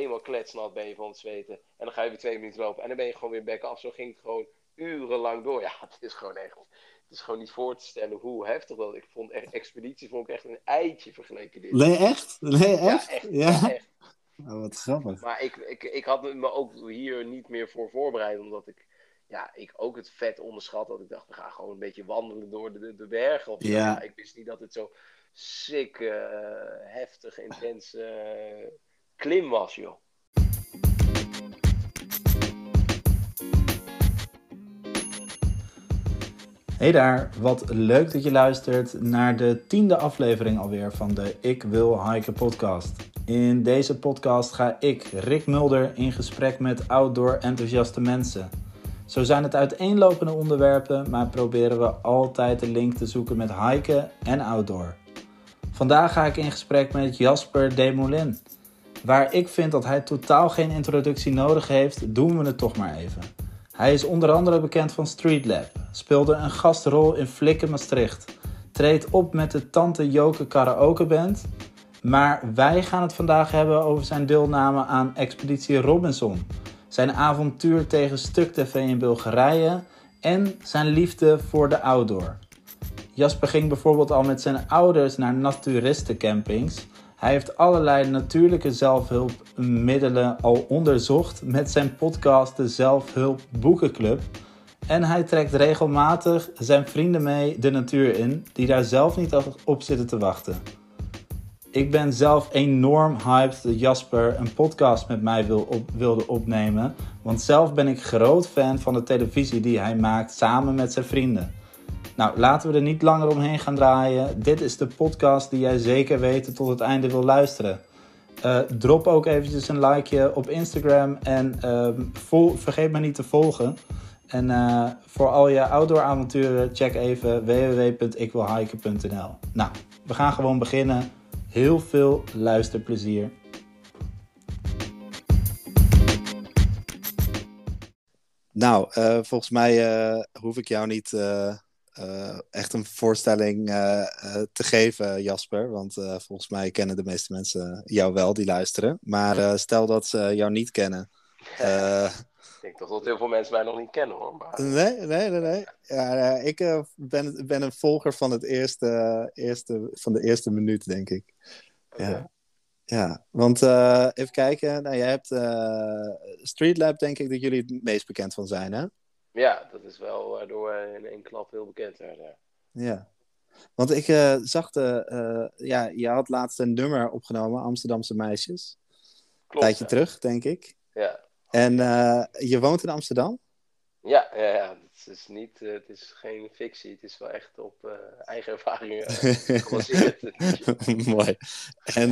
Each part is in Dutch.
helemaal kletsnat ben je van het zweten. En dan ga je weer 2 minuten lopen. En dan ben je gewoon weer back af. Zo ging het gewoon urenlang door. Ja, het is gewoon echt... Het is gewoon niet voor te stellen hoe heftig dat. Ik vond echt... Expeditie vond ik echt een eitje vergeleken dit. Nee, echt? Nee, Ja, echt? echt. Ja? Ja, echt. Oh, wat grappig. Maar ik had me ook hier niet meer voor voorbereid. Omdat ik ook het vet onderschat. Dat ik dacht, we gaan gewoon een beetje wandelen door de bergen of zo. Ja. Ja, ik wist niet dat het zo sick, heftig, intens klim was, joh. Hey daar, wat leuk dat je luistert naar de 10e aflevering alweer van de Ik Wil Hiken podcast. In deze podcast ga ik, Rick Mulder, in gesprek met outdoor enthousiaste mensen. Zo zijn het uiteenlopende onderwerpen, maar proberen we altijd de link te zoeken met hiken en outdoor. Vandaag ga ik in gesprek met Jasper Desmoulins. Waar ik vind dat hij totaal geen introductie nodig heeft, doen we het toch maar even. Hij is onder andere bekend van Streetlab, speelde een gastrol in Flikken Maastricht, treedt op met de Tante Joke Karaoke Band. Maar wij gaan het vandaag hebben over zijn deelname aan Expeditie Robinson, zijn avontuur tegen Stuk TV in Bulgarije en zijn liefde voor de outdoor. Jasper ging bijvoorbeeld al met zijn ouders naar naturistencampings. Hij heeft allerlei natuurlijke zelfhulpmiddelen al onderzocht met zijn podcast De Zelfhulp Boekenclub. En hij trekt regelmatig zijn vrienden mee de natuur in, die daar zelf niet op zitten te wachten. Ik ben zelf enorm hyped dat Jasper een podcast met mij wilde opnemen. Want zelf ben ik groot fan van de televisie die hij maakt samen met zijn vrienden. Nou, laten we er niet langer omheen gaan draaien. Dit is de podcast die jij zeker weten tot het einde wil luisteren. Drop ook eventjes een likeje op Instagram en vergeet me niet te volgen. En voor al je outdoor avonturen check even www.ikwilhiken.nl. Nou, we gaan gewoon beginnen. Heel veel luisterplezier. Nou, volgens mij hoef ik jou niet echt een voorstelling te geven, Jasper. Want volgens mij kennen de meeste mensen jou wel die luisteren. Maar stel dat ze jou niet kennen. Ik denk toch dat heel veel mensen mij nog niet kennen, hoor. Maar... Nee. Ja, ik ben een volger van van de eerste minuut, denk ik. Okay. Ja, want even kijken. Nou, jij hebt Streetlab, denk ik dat jullie het meest bekend van zijn, hè? Ja, dat is wel waardoor in één klap heel bekend werden. Ja. Want ik zag je had laatst een nummer opgenomen, Amsterdamse Meisjes. Klopt. Tijdje terug, denk ik. Ja. En je woont in Amsterdam? Ja. Het is geen fictie. Het is wel echt op eigen ervaring gebaseerd. Mooi. En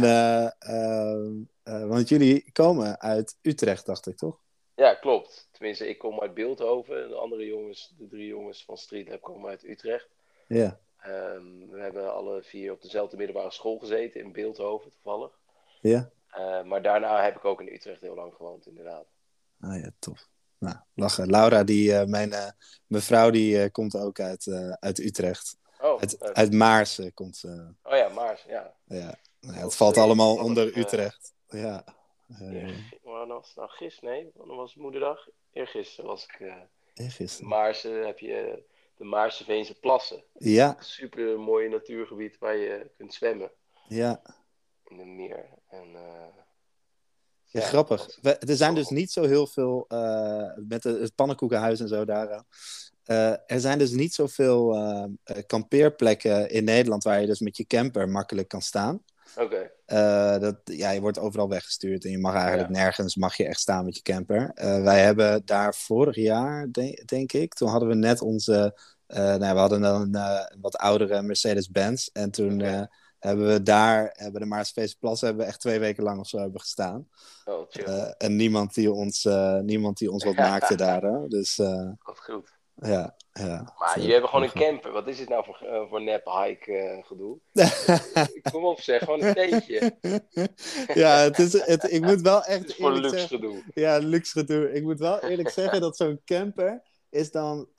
want jullie komen uit Utrecht, dacht ik, toch? Ja, klopt. Tenminste, ik kom uit Bilthoven. De andere jongens, de 3 jongens van Streetlab, komen uit Utrecht. Ja. We hebben alle 4 op dezelfde middelbare school gezeten, in Bilthoven toevallig. Ja. Maar daarna heb ik ook in Utrecht heel lang gewoond, inderdaad. Ah ja, tof. Nou, lachen. Laura, mijn vrouw, die komt ook uit Utrecht. Oh, uit Maarsen komt ze. Oh ja, Maarsen, ja. Ja, nou, het valt allemaal onder Utrecht. Ja. Wanneer was het nou? Gisteren? Nee, wanneer was het moederdag? Eergisteren was ik... Eergisteren. Maarsen heb je de Maarseveense plassen. Ja. Een super mooi natuurgebied waar je kunt zwemmen. Ja. In een meer. En... Ja, grappig. Er zijn dus niet zo heel veel, met het pannenkoekenhuis en zo daar. Er zijn dus niet zoveel kampeerplekken in Nederland waar je dus met je camper makkelijk kan staan. Oké. Je wordt overal weggestuurd en je mag eigenlijk nergens echt staan met je camper. Wij hebben daar vorig jaar, denk ik, toen hadden we net onze... we hadden een wat oudere Mercedes-Benz en toen... hebben de Maarseveense plassen hebben we echt 2 weken lang of zo hebben gestaan. Oh, chill. En niemand die ons wat maakte daar. Hè? Dus, wat goed. Ja. Maar jullie hebben gewoon een camper. Wat is dit nou voor nep-hike gedoe? Kom op zeg, gewoon een theetje. Ja, ik moet wel echt... Het is voor luxe gedoe. Ja, luxe gedoe. Ik moet wel eerlijk zeggen dat zo'n camper is dan...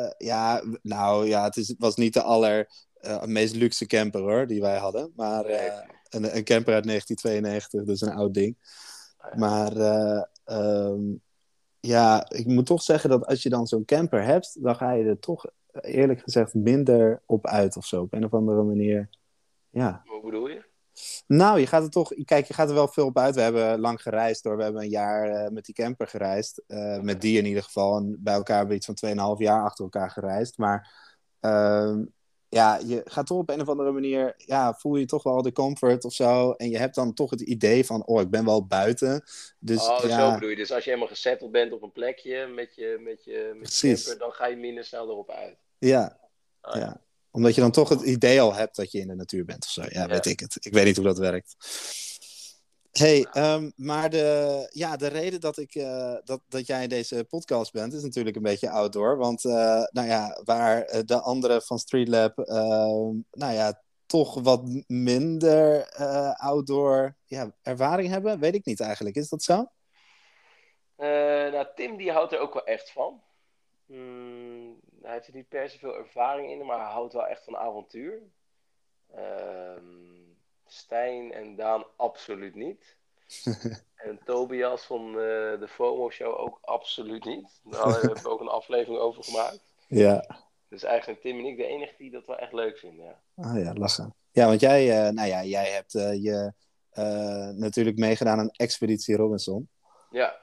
het was niet de meest luxe camper hoor, die wij hadden. Maar een camper uit 1992, dus een oud ding. Maar ja, ik moet toch zeggen dat als je dan zo'n camper hebt, dan ga je er toch eerlijk gezegd minder op uit of zo. Op een of andere manier. Ja. Hoe bedoel je? Nou, je gaat er toch. Kijk, je gaat er wel veel op uit. We hebben lang gereisd hoor. We hebben een jaar met die camper gereisd. Met die in ieder geval. En bij elkaar hebben we iets van 2,5 jaar achter elkaar gereisd. Maar ehm, ja, je gaat toch op een of andere manier. Ja, voel je toch wel de comfort of zo. En je hebt dan toch het idee van: oh, ik ben wel buiten. Dus Oh, zo ja, bedoel je. Dus als je helemaal gezetteld bent op een plekje met je camper, precies. dan ga je minder snel erop uit. Ja, Oh ja. ja. Omdat je dan toch het idee al hebt dat je in de natuur bent of zo. Ja, weet Ja. ik het. Ik weet niet hoe dat werkt. Hey, maar de reden dat dat jij in deze podcast bent, is natuurlijk een beetje outdoor. Want nou ja, waar de anderen van Streetlab nou ja, toch wat minder outdoor ervaring hebben, weet ik niet eigenlijk. Is dat zo? Nou, Tim die houdt er ook wel echt van. Hij heeft er niet per se veel ervaring in, maar hij houdt wel echt van avontuur. Stijn en Daan absoluut niet. En Tobias van de FOMO Show ook absoluut niet. Daar hebben we ook een aflevering over gemaakt. Ja. Dus eigenlijk zijn Tim en ik de enige die dat wel echt leuk vinden. Ja, Ah ja, lachen. Ja, want jij hebt natuurlijk meegedaan aan Expeditie Robinson. ja.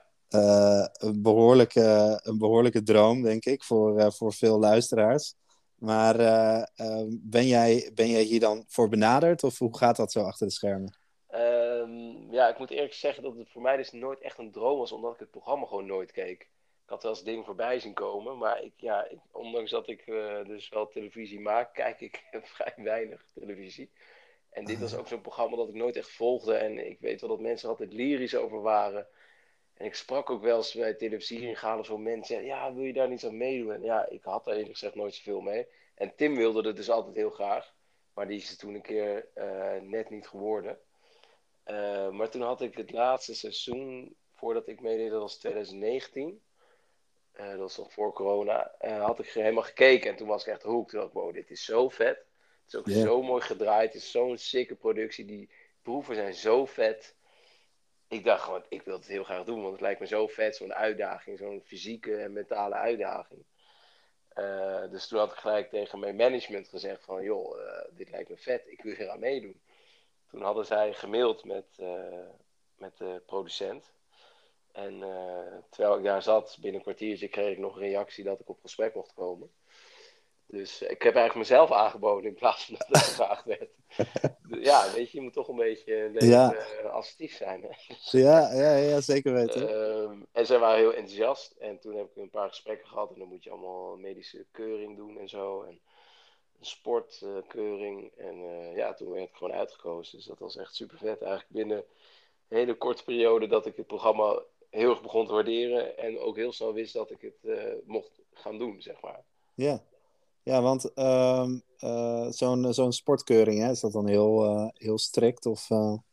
Een behoorlijke droom, denk ik, voor veel luisteraars. Maar ben jij hier dan voor benaderd of hoe gaat dat zo achter de schermen? Ja, ik moet eerlijk zeggen dat het voor mij dus nooit echt een droom was, omdat ik het programma gewoon nooit keek. Ik had wel eens dingen voorbij zien komen, maar ondanks dat ik dus wel televisie maak, kijk ik vrij weinig televisie. En dit was ook zo'n programma dat ik nooit echt volgde. En ik weet wel dat mensen er altijd lyrisch over waren. En ik sprak ook wel eens bij televisie gaan zo mensen. Ja, wil je daar niet aan meedoen? En ja, ik had daar eerlijk gezegd nooit zoveel mee. En Tim wilde het dus altijd heel graag. Maar die is het toen een keer net niet geworden. Maar toen had ik het laatste seizoen, voordat ik meedeed, dat was 2019. Dat was nog voor corona. Had ik helemaal gekeken en toen was ik echt hooked. Toen dacht ik, wow, dit is zo vet. Het is ook Ja. zo mooi gedraaid. Het is zo'n sikke productie. Die proeven zijn zo vet. Ik dacht gewoon, ik wil het heel graag doen. Want het lijkt me zo vet, zo'n uitdaging. Zo'n fysieke en mentale uitdaging. Dus toen had ik gelijk tegen mijn management gezegd van, joh, dit lijkt me vet. Ik wil hier aan meedoen. Toen hadden zij gemaild met de producent. En terwijl ik daar zat, binnen een kwartiertje kreeg ik nog een reactie dat ik op gesprek mocht komen. Dus ik heb eigenlijk mezelf aangeboden in plaats van dat ik gevraagd werd. Ja, weet je, je moet toch een beetje Ja, leven assertief zijn. Hè? ja, zeker weten. En zij waren heel enthousiast. En toen heb ik een paar gesprekken gehad. En dan moet je allemaal medische keuring doen en zo. En een sportkeuring. En ja, toen werd ik gewoon uitgekozen. Dus dat was echt super vet. Eigenlijk binnen een hele korte periode dat ik het programma heel erg begon te waarderen. En ook heel snel wist dat ik het mocht gaan doen, zeg maar. Ja, ja want zo'n sportkeuring, hè, is dat dan heel strikt? Of,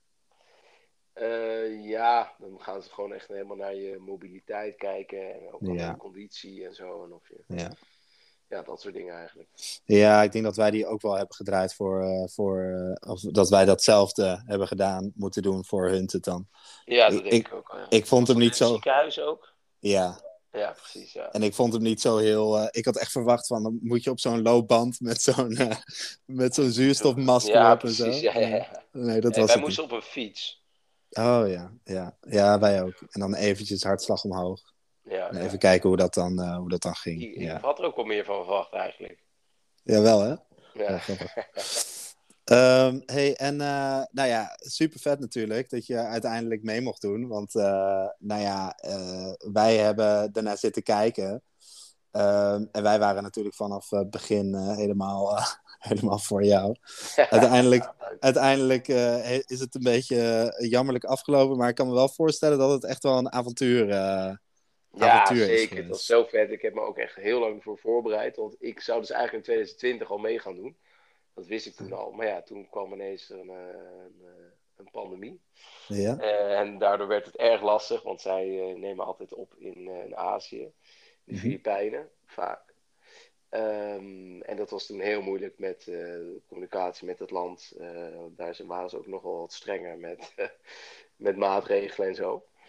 Ja, dan gaan ze gewoon echt helemaal naar je mobiliteit kijken. En ook al naar je ja, conditie en zo. En of je, ja. ja, dat soort dingen eigenlijk. Ja, ik denk dat wij die ook wel hebben gedraaid of dat wij datzelfde hebben gedaan, moeten doen voor Hunted dan. Ja, dat Ik, denk ik, ik ook wel. Ja. ik vond Was hem dat in niet het zo, ziekenhuis ook? ja. Ja, precies, ja. En ik vond hem niet zo heel, ik had echt verwacht van, dan moet je op zo'n loopband met zo'n zuurstofmasker Ja, op en precies, zo. ja, ja, Nee, ja. nee, dat En was wij het niet. moesten op een fiets. Oh ja, ja, ja, wij ook. En dan eventjes hartslag omhoog. Ja, En even ja. kijken hoe dat dan ging. Ik Ja, had er ook wel meer van verwacht eigenlijk. jawel hè? Ja. Ja, grappig. Hey, en nou ja, super vet natuurlijk dat je uiteindelijk mee mocht doen. Want nou ja, wij hebben daarna zitten kijken. En wij waren natuurlijk vanaf het begin helemaal, helemaal voor jou. Uiteindelijk, Leuk. uiteindelijk is het een beetje jammerlijk afgelopen. Maar ik kan me wel voorstellen dat het echt wel een Ja, avontuur is zeker. Het was geweest. zo vet. Ik heb me ook echt heel lang voor voorbereid. Want ik zou dus eigenlijk in 2020 al mee gaan doen. Dat wist ik toen al. Maar ja, toen kwam ineens een pandemie. Ja. En daardoor werd het erg lastig. Want zij nemen altijd op in Azië. De Mhm. Filipijnen, vaak. En dat was toen heel moeilijk met communicatie met het land. Daar waren ze ook nogal wat strenger met, met maatregelen en zo.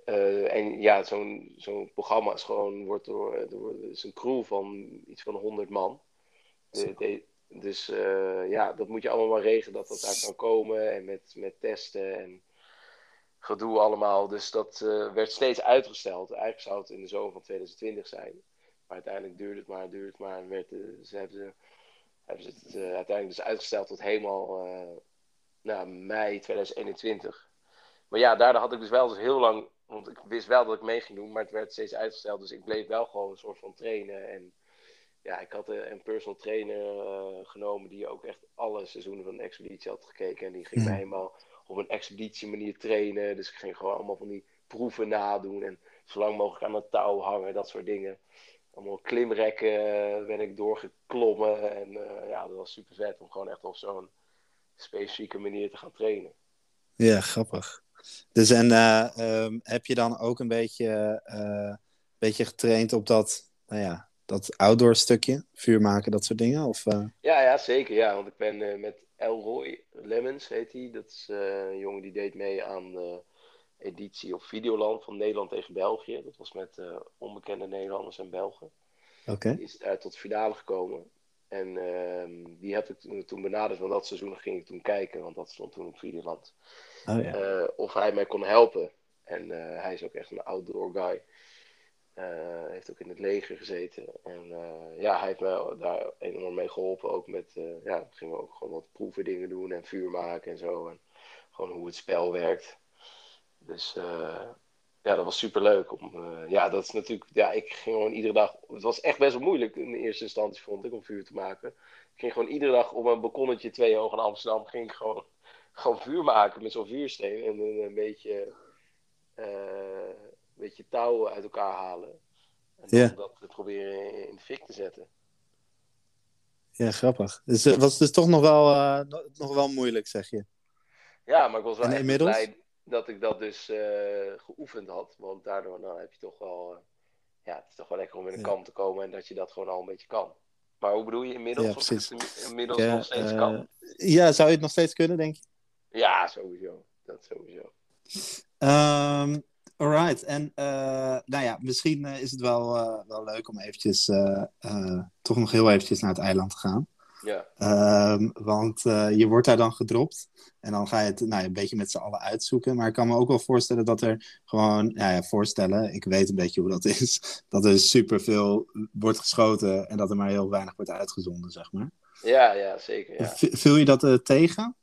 En ja, zo'n programma is gewoon, is een crew van iets van 100 man. Dus ja, dat moet je allemaal maar regelen dat daar kan komen. En met testen en gedoe allemaal. Dus dat werd steeds uitgesteld. Eigenlijk zou het in de zomer van 2020 zijn. Maar uiteindelijk duurde het maar. En hebben ze het uiteindelijk dus uitgesteld tot helemaal mei 2021. Maar ja, daardoor had ik dus wel dus heel lang... Want ik wist wel dat ik mee ging doen, maar het werd steeds uitgesteld. Dus ik bleef wel gewoon een soort van trainen. En ja, ik had een personal trainer genomen die ook echt alle seizoenen van de expeditie had gekeken. En die ging mij helemaal op een expeditie manier trainen. Dus ik ging gewoon allemaal van die proeven nadoen. En zo lang mogelijk aan het touw hangen, dat soort dingen. Allemaal klimrekken ben ik doorgeklommen. En ja, dat was super vet om gewoon echt op zo'n specifieke manier te gaan trainen. Ja, grappig. Dus en heb je dan ook een beetje getraind op dat, nou ja, dat outdoor stukje? Vuur maken, dat soort dingen? Of, Ja, zeker. Ja, want ik ben met Elroy Lemmens, heet hij. Dat is een jongen die deed mee aan de editie op Videoland van Nederland tegen België. Dat was met onbekende Nederlanders en Belgen. Oké. Die is daar tot de finale gekomen. En die heb ik toen benaderd, want dat seizoen ging ik toen kijken, want dat stond toen op Videoland. Oh ja. Of hij mij kon helpen. En hij is ook echt een outdoor guy. Heeft ook in het leger gezeten. En ja, hij heeft me daar enorm mee geholpen. Ook met, ja, gingen we ook gewoon wat proeven dingen doen en vuur maken en zo. En gewoon hoe het spel werkt. Dus ja, dat was super leuk. Ja, dat is natuurlijk, ja, ik ging gewoon iedere dag. Het was echt best wel moeilijk in de eerste instantie, vond ik, om vuur te maken. Ik ging gewoon iedere dag op een balkonnetje 2 hoog in Amsterdam. Ging ik gewoon vuur maken met zo'n vuursteen. En een beetje touw uit elkaar halen. En dan Ja, dat proberen in de fik te zetten. ja, grappig. Dus het was dus toch nog wel moeilijk, zeg je. Ja, maar ik was wel En echt heel inmiddels? blij dat ik dat dus geoefend had. Want daardoor nou, heb je toch wel... ja, het is toch wel lekker om in een Ja, kamp te komen en dat je dat gewoon al een beetje kan. Maar hoe bedoel je ja, inmiddels? Of ik precies. het inmiddels nog Ja, steeds kan? ja, zou je het nog steeds kunnen, denk je? Ja, sowieso. Dat sowieso. Alright, en nou ja, misschien is het wel leuk om eventjes, toch nog heel eventjes naar het eiland te gaan. Ja. Want je wordt daar dan gedropt en dan ga je het nou, een beetje met z'n allen uitzoeken. Maar ik kan me ook wel voorstellen dat er gewoon, nou ja, ik weet een beetje hoe dat is, dat er superveel wordt geschoten en dat er maar heel weinig wordt uitgezonden, zeg maar. Ja, zeker, ja. Viel je dat tegen?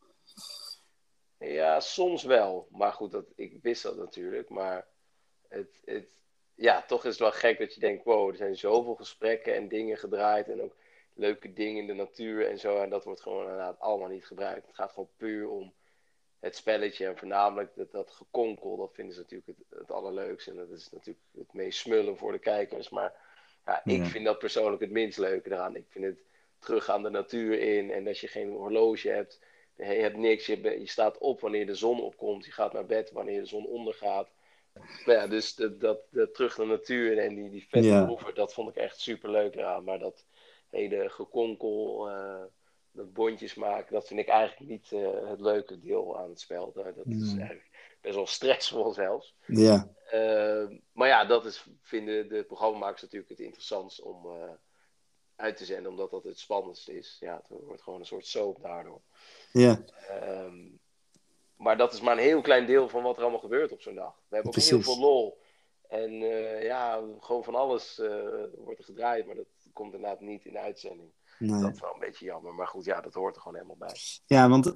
Ja, soms wel. Maar goed, ik wist dat natuurlijk. Maar ja, toch is het wel gek dat je denkt, wow, er zijn zoveel gesprekken en dingen gedraaid. En ook leuke dingen in de natuur en zo. En dat wordt gewoon inderdaad allemaal niet gebruikt. Het gaat gewoon puur om het spelletje. En voornamelijk dat gekonkel, dat vinden ze natuurlijk het allerleukste. En dat is natuurlijk het meest smullen voor de kijkers. Maar ja, ik Ja. vind dat persoonlijk het minst leuke eraan. Ik vind het teruggaan de natuur in. En als je geen horloge hebt, je hebt niks. Je staat op wanneer de zon opkomt. Je gaat naar bed wanneer de zon ondergaat. Nou ja, dus dat terug naar de natuur en die vette Ja. proeven, dat vond ik echt super leuk eraan. Maar dat hele gekonkel, dat bondjes maken, dat vind ik eigenlijk niet het leuke deel aan het spel. Dat is Nee. eigenlijk best wel stressvol zelfs. Ja. Maar ja, vinden de programmamakers natuurlijk het interessantst om uit te zenden, omdat dat het spannendste is. Ja, het wordt gewoon een soort soap daardoor. Ja, Ehm, maar dat is maar een heel klein deel van wat er allemaal gebeurt op zo'n dag. We hebben ook heel veel precies. lol. En ja, gewoon van alles wordt er gedraaid, maar dat komt inderdaad niet in de uitzending. Dat Nee. is wel een beetje jammer. Maar goed, ja, dat hoort er gewoon helemaal bij. Ja, want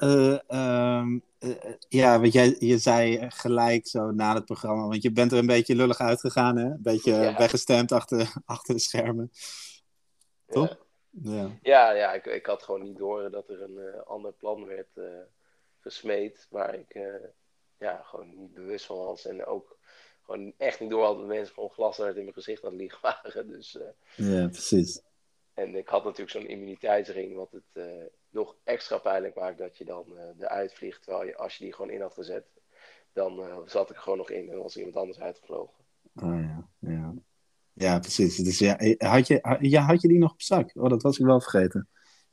ja, wat je zei gelijk zo na het programma, want je bent er een beetje lullig uitgegaan, hè? Een beetje Ja, weggestemd achter de schermen, ja. toch? Ja. Ja, ik had gewoon niet door dat er een ander plan werd gesmeed, waar ik ja, gewoon niet bewust van was. En ook gewoon echt niet door had dat mensen gewoon glashard in mijn gezicht aan het liegen waren. Dus Ja, precies. en ik had natuurlijk zo'n immuniteitsring, wat het nog extra pijnlijk maakt dat je dan eruit vliegt. Terwijl als je die gewoon in had gezet, dan zat ik er gewoon nog in en was iemand anders uitgevlogen. Oh ja, ja. Ja, precies. Dus ja, had je die nog op zak? Oh, dat was ik wel vergeten.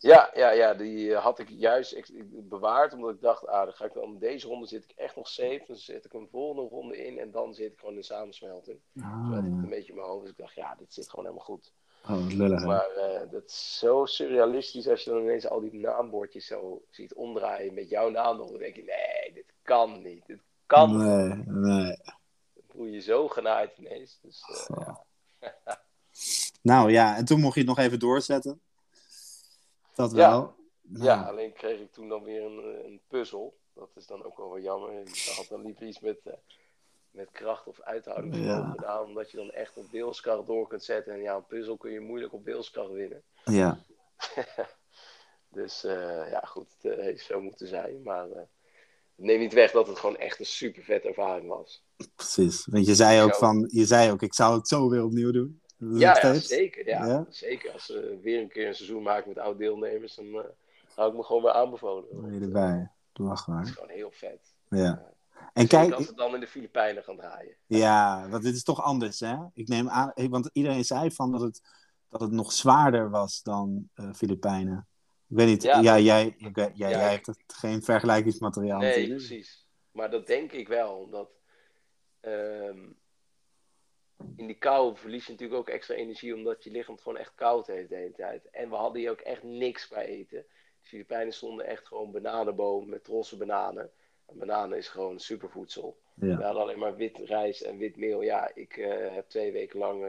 Ja, die had ik juist bewaard, omdat ik dacht, dan ga ik dan deze ronde zit ik echt nog safe. Dan zet ik een volgende ronde in en dan zit ik gewoon in samensmelting. Zo had ik het Ja. een beetje in mijn hoofd. Dus ik dacht, ja, dit zit gewoon helemaal goed. Oh, wat lullig, hè? Maar dat is zo surrealistisch als je dan ineens al die naambordjes zo ziet omdraaien met jouw naam erop. Dan denk je, nee, dit kan niet. Dit kan gewoon Nee, niet. nee. Dan voel je je zo genaaid ineens. Dus Goh. ja. Nou ja, en toen mocht je het nog even doorzetten. Dat Ja, wel. ja, Nou, alleen kreeg ik toen dan weer een puzzel. Dat is dan ook wel weer jammer. Je had dan liever iets met kracht of uithoudingsvermogen ja. gedaan. Omdat je dan echt op wilskracht door kunt zetten. En ja, een puzzel kun je moeilijk op wilskracht winnen. Ja, Dus ja, goed, het heeft zo moeten zijn. Maar neem niet weg dat het gewoon echt een super vette ervaring was. precies. Want Ik zou, je zei ook, ik zou het zo weer opnieuw doen. Dat is nog ja, steeds. zeker. Ja, Ja? zeker. Als ze weer een keer een seizoen maken met oud-deelnemers, dan hou ik me gewoon weer aanbevolen. Ben je Want erbij? Lach het is maar. gewoon heel vet. Ja. En Zeker als kijk, het dan in de Filipijnen gaan draaien. ja, want dit is toch anders, hè? Ik neem aan, want iedereen zei van dat het nog zwaarder was dan Filipijnen. Ik weet niet, Ja, ja, dat, jij ja, hebt geen vergelijkingsmateriaal nee, natuurlijk. precies. Maar dat denk ik wel, omdat ehm, in die kou verlies je natuurlijk ook extra energie, omdat je lichaam het gewoon echt koud heeft de hele tijd. En we hadden hier ook echt niks bij eten. De Filipijnen stonden echt gewoon bananenboom met rosse bananen. En bananen is gewoon supervoedsel. We Ja, hadden alleen maar wit rijst en wit meel. Ja, ik heb 2 weken lang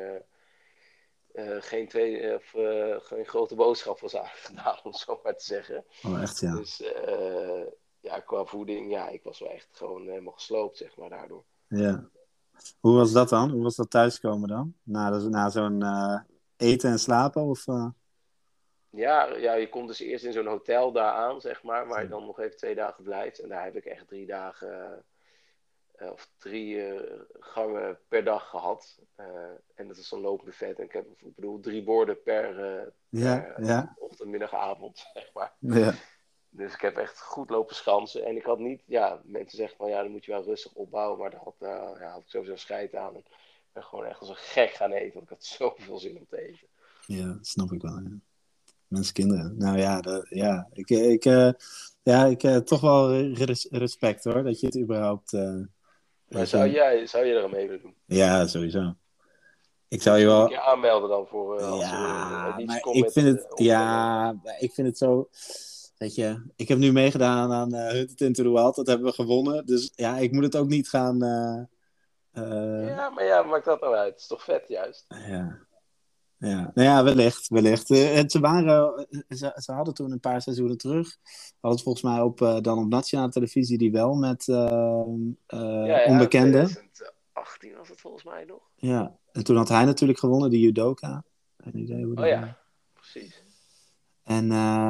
geen grote boodschap was aangedaan, om het zo maar te zeggen. oh echt ja. Dus ja, qua voeding, ja, ik was wel echt gewoon helemaal gesloopt, zeg maar, daardoor. Ja. Hoe was Dus dat dan? Hoe was dat thuiskomen dan? Na zo'n eten en slapen? Of, ja, je komt dus eerst in zo'n hotel daar aan, zeg maar, waar je dan nog even 2 dagen blijft. En daar heb ik echt 3 dagen of 3 gangen per dag gehad. En dat is een lopend buffet. En ik bedoel, 3 borden ja, per ja, ochtend, middag, avond, zeg maar. ja, Dus ik heb echt goed lopen schansen. En ik had niet, ja, mensen zeggen van ja, dan moet je wel rustig opbouwen. Maar daar had ik sowieso scheid aan. En ik ben gewoon echt als een gek gaan eten. Want ik had zoveel zin om te eten. ja, snap ik wel. Ja. Mensen, kinderen. Nou ja, ja. Ik toch wel respect hoor, dat je het überhaupt, Maar weet je. zou je er aan mee willen doen? Ja, sowieso. Ik zou Moet je je niet een wel. keer aanmelden dan voor als er een Ja, editie maar komt ik met vind het, onbekende. ja, ik vind het zo. Weet je, ik heb nu meegedaan aan Hunted into the Wild, dat hebben we gewonnen. Dus ja, ik moet het ook niet gaan. Ja, maar ja, maakt dat nou uit? Het is toch vet juist? Ja, ja. Nou ja, wellicht, wellicht. Ze hadden toen een paar seizoenen terug, hadden het volgens mij dan op nationale televisie die wel met Ja, onbekenden. 2018 was het volgens mij nog. Ja, en toen had hij natuurlijk gewonnen, die judoka. Geen idee hoe Oh die ja, heet. precies. En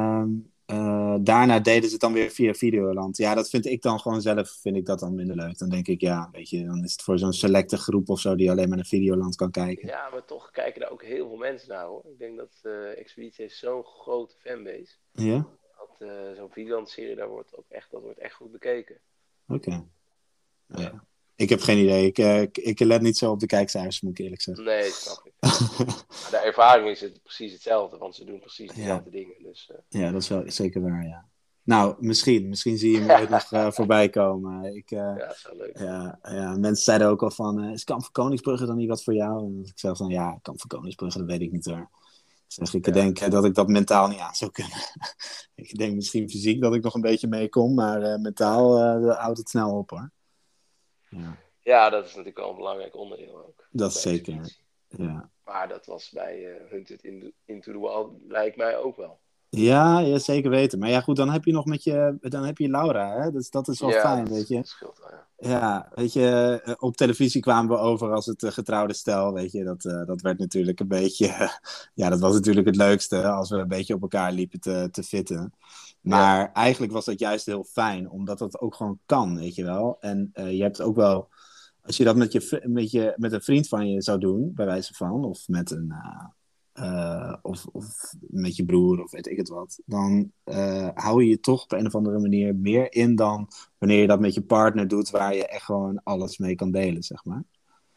daarna deden ze het dan weer via Videoland. Ja, dat vind ik dan gewoon zelf, vind ik dat dan minder leuk. Dan denk ik, ja, weet je, dan is het voor zo'n selecte groep of zo die alleen maar naar Videoland kan kijken. Ja, maar toch kijken daar ook heel veel mensen naar hoor. Ik denk dat Expeditie heeft zo'n grote fanbase. Ja? Dat zo'n Videoland-serie, dat wordt echt goed bekeken. Oké. Nou Ja. ja. Ik heb geen idee. Ik let niet zo op de kijkcijfers, moet ik eerlijk zeggen. Nee, snap ik. Maar de ervaring is het precies hetzelfde, want ze doen precies Ja. dezelfde dingen. Dus, Ja, dat is wel zeker waar, ja. Nou, misschien zie je me ooit nog voorbij komen. ja, dat is wel leuk zijn. Ja, mensen zeiden ook al van, is Kamp van Koningsbrugge dan niet wat voor jou? En ik zei van, ja, Kamp van Koningsbrugge, dat weet ik niet hoor. Ik Ja. denk dat ik dat mentaal niet aan zou kunnen. Ik denk misschien fysiek dat ik nog een beetje meekom, maar mentaal houdt het snel op hoor. Ja, Ja, dat is natuurlijk wel een belangrijk onderdeel ook. dat is Bij zeker. Expeditie. Ja. Maar dat was bij Hunted Into the Wild, lijkt mij ook wel. Ja, zeker weten. Maar ja, goed, dan heb je Laura, hè? Dus dat is wel Ja, fijn, weet dat je. scheelt wel, ja. Ja, weet je, op televisie kwamen we over als het getrouwde stel, weet je. Dat werd natuurlijk een beetje, ja, dat was natuurlijk het leukste als we een beetje op elkaar liepen te fitten. Ja, Maar eigenlijk was dat juist heel fijn, omdat dat ook gewoon kan, weet je wel. En je hebt ook wel, als je dat met een vriend van je zou doen, bij wijze van, of met of met je broer of weet ik het wat, dan hou je je toch op een of andere manier meer in dan wanneer je dat met je partner doet, waar je echt gewoon alles mee kan delen, zeg maar.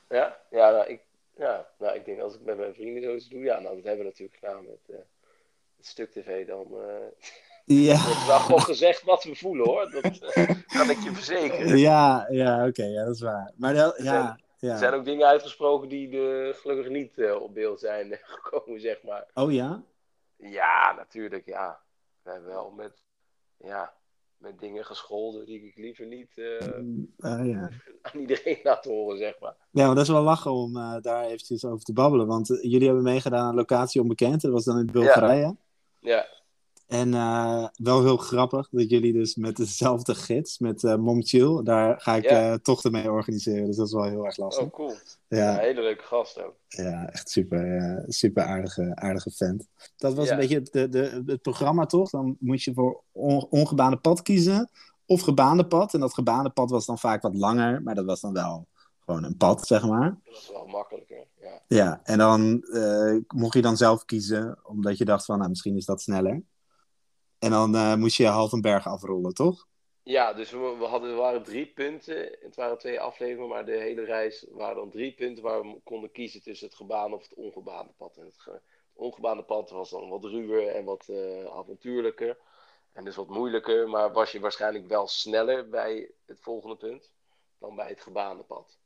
ja, nou, ik denk als ik met mijn vrienden zoiets doe, ja, nou, dat hebben we natuurlijk gedaan met het stuk tv dan... Ja. wordt wel gewoon gezegd wat we voelen, hoor. Dat kan ik je verzekeren. Ja, oké, ja, dat is waar. Maar Er zijn ook dingen uitgesproken die gelukkig niet op beeld zijn gekomen, zeg maar. Oh ja? Ja, natuurlijk, ja. We hebben wel met dingen gescholden die ik liever niet Ja. aan iedereen laat horen, zeg maar. Ja, maar dat is wel lachen om daar eventjes over te babbelen. Want jullie hebben meegedaan aan Locatie Onbekend. Dat was dan in Ja, Bulgarije. ja, En wel heel grappig dat jullie dus met dezelfde gids, met Mom Chill, daar ga ik ja. tochten mee organiseren. Dus dat is wel heel erg lastig. Oh, cool. Ja, Ja, hele leuke gast ook. ja, echt super, super aardige vent. Dat was een Ja, beetje het programma, toch? Dan moet je voor ongebaande pad kiezen of gebaande pad. En dat gebaande pad was dan vaak wat langer, maar dat was dan wel gewoon een pad, zeg maar. dat is wel makkelijker, ja. Ja, en dan mocht je dan zelf kiezen, omdat je dacht van, nou, misschien is dat sneller. En dan moest je half een berg afrollen, toch? Ja, dus er waren 3 punten. Het waren 2 afleveringen, maar de hele reis waren dan 3 punten waar we konden kiezen tussen het gebaande of het ongebaande pad. En het ongebaande pad was dan wat ruwer en wat avontuurlijker. En dus wat moeilijker, maar was je waarschijnlijk wel sneller bij het volgende punt dan bij het gebaande pad.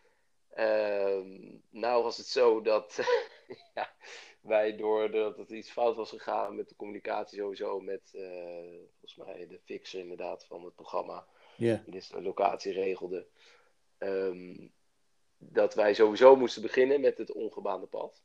Nou was het zo dat ja, wij, doordat het iets fout was gegaan met de communicatie sowieso met volgens mij de fixer inderdaad van het programma, Ja. die dus de locatie regelde, dat wij sowieso moesten beginnen met het ongebaande pad.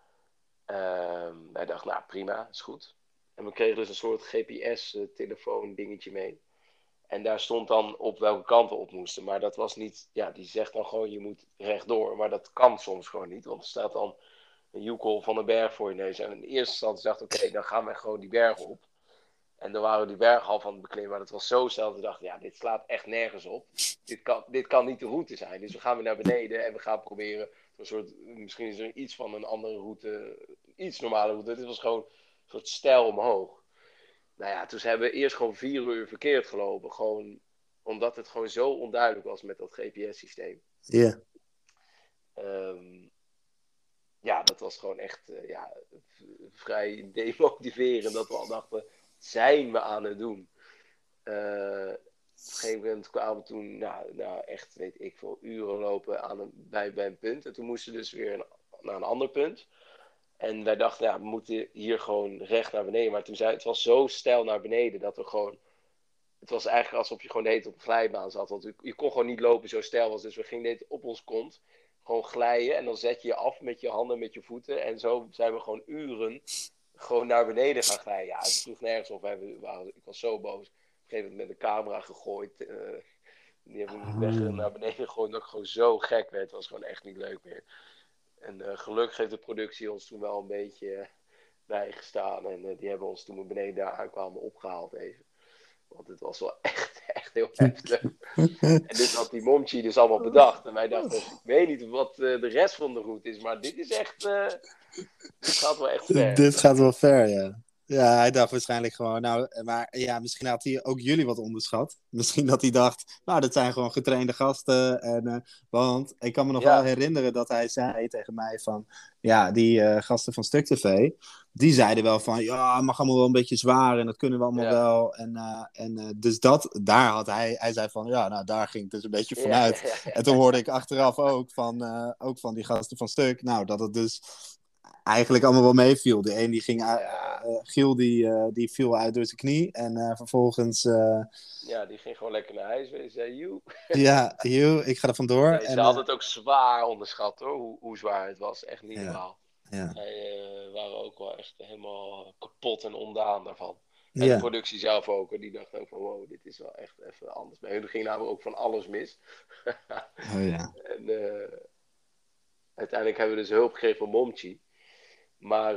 Wij dachten, nou prima, is goed. En we kregen dus een soort GPS-telefoon dingetje mee. En daar stond dan op welke kant we op moesten. Maar dat was niet, ja, die zegt dan gewoon je moet rechtdoor. Maar dat kan soms gewoon niet, want er staat dan een joekel van een berg voor je neus. En in eerste instantie dacht ik, oké, dan gaan we gewoon die berg op. En dan waren we die berg half aan het beklimmen. Maar dat was zo snel dat we dachten, ja, dit slaat echt nergens op. Dit kan niet de route zijn. Dus we gaan weer naar beneden en we gaan proberen een soort, misschien is er iets van een andere route, iets normale route. Dit was gewoon een soort stijl omhoog. Nou ja, toen hebben we eerst gewoon 4 uur verkeerd gelopen. Gewoon omdat het gewoon zo onduidelijk was met dat GPS-systeem. Ja. Ja, dat was gewoon echt vrij demotiverend. Dat we al dachten, wat zijn we aan het doen? Op een gegeven moment kwamen we toen, nou echt, weet ik veel, uren lopen bij een punt. En toen moesten we dus weer naar een ander punt. En wij dachten, ja, we moeten hier gewoon recht naar beneden. Maar toen het was zo steil naar beneden dat we gewoon... Het was eigenlijk alsof je gewoon de hele tijd op een glijbaan zat. Want je kon gewoon niet lopen, zo steil was. Dus we gingen dit op ons kont gewoon glijden. En dan zet je je af met je handen, met je voeten. En zo zijn we gewoon uren gewoon naar beneden gaan glijden. Ja, het sloeg nergens op. Ik was zo boos. Op een gegeven moment met de camera gegooid. Die hebben we weg naar beneden gegooid. Dat ik gewoon zo gek werd. Het was gewoon echt niet leuk meer. En gelukkig heeft de productie ons toen wel een beetje bijgestaan. En die hebben ons toen we beneden daar aankwamen opgehaald even. Want het was wel echt heel heftig. En dit had die Momchi dus allemaal bedacht. En wij dachten, ik weet niet wat de rest van de route is. Maar dit is echt... dit gaat wel echt ver. Dit gaat wel ver, ja. Ja, hij dacht waarschijnlijk gewoon, nou, maar ja, misschien had hij ook jullie wat onderschat. Misschien dat hij dacht, nou, dat zijn gewoon getrainde gasten. Want ik kan me nog wel herinneren dat hij zei tegen mij van, ja, die gasten van Stuk TV, die zeiden wel van, ja, het mag allemaal wel een beetje zwaar en dat kunnen we allemaal wel. Dus daar had hij zei van, ja, nou, daar ging het dus een beetje vanuit. En toen hoorde ik achteraf ook van die gasten van Stuk, nou, dat het dus eigenlijk allemaal wel meeviel. De een die ging Giel die viel uit door zijn knie. En vervolgens... ja, die ging gewoon lekker naar huis. En zei, joe. Ja, Giel, ik ga er vandoor. Nee, ze hadden het ook zwaar onderschat, hoor. Hoe zwaar het was. Echt niet normaal. Ja. Zij waren ook wel echt helemaal kapot en ondaan daarvan. En de productie zelf ook. Die dacht ook van, wow, dit is wel echt even anders. Bij hun ging namelijk ook van alles mis. En uiteindelijk hebben we dus hulp gekregen van Momchi. Maar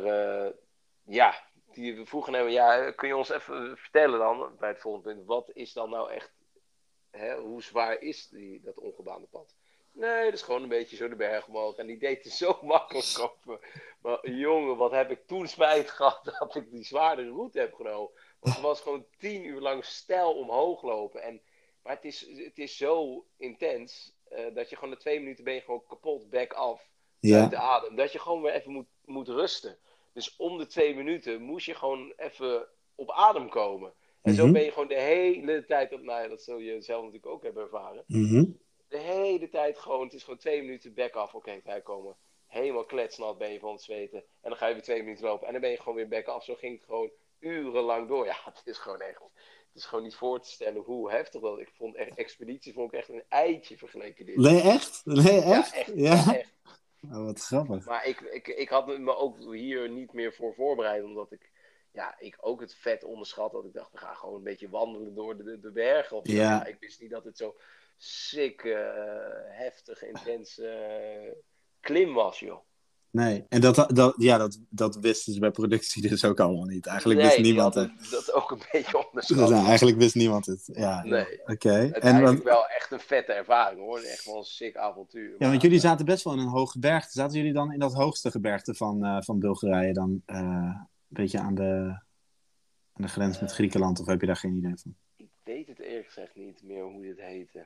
die vroegen hem, kun je ons even vertellen dan, bij het volgende punt, wat is dan nou echt, hoe zwaar is dat ongebaande pad? Nee, dat is gewoon een beetje zo de berg omhoog. En die deed er zo makkelijk over. Maar jongen, wat heb ik toen spijt gehad dat ik die zwaardere route heb genomen. Want het was gewoon 10 uur lang steil omhoog lopen. Maar het is zo intens, dat je gewoon na 2 minuten ben je gewoon kapot, back af, uit de adem. Dat je gewoon weer even moet rusten. Dus om de 2 minuten moest je gewoon even op adem komen. En zo ben Mhm. je gewoon de hele tijd, nou ja, dat zul je zelf natuurlijk ook hebben ervaren. Mhm. De hele tijd gewoon, het is gewoon 2 minuten back af. Oké, bijkomen. Helemaal kletsnat ben je van het zweten. En dan ga je weer 2 minuten lopen. En dan ben je gewoon weer back af. Zo ging het gewoon urenlang door. Ja, het is gewoon echt. Het is gewoon niet voor te stellen hoe heftig dat. Ik vond echt, expeditie vond ik echt een eitje vergeleken dit. Nee, echt? Nee, Ja, echt? echt. Ja, Ja. echt. Oh, wat grappig. Maar ik had me ook hier niet meer voor voorbereid. Omdat ik ook het vet onderschat. Dat ik dacht, we gaan gewoon een beetje wandelen door de bergen of zo. Ja, Ja. ik wist niet dat het zo sick, heftig, intens klim was, joh. Nee. En dat wisten ze bij productie dus ook allemaal niet. Eigenlijk wist Nee, die niemand het. hadden dat ook een beetje onderschat. Nou, eigenlijk wist niemand het. Ja, joh. Nee. Oké. En Uiteindelijk wel echt een vette ervaring, hoor. Echt wel een sick avontuur. ja, want Maar jullie zaten best wel in een hoog gebergte. Zaten jullie dan in dat hoogste gebergte van Bulgarije dan? Een beetje aan de grens met Griekenland, of heb je daar geen idee van? ik weet het eerlijk gezegd niet meer hoe dit heette.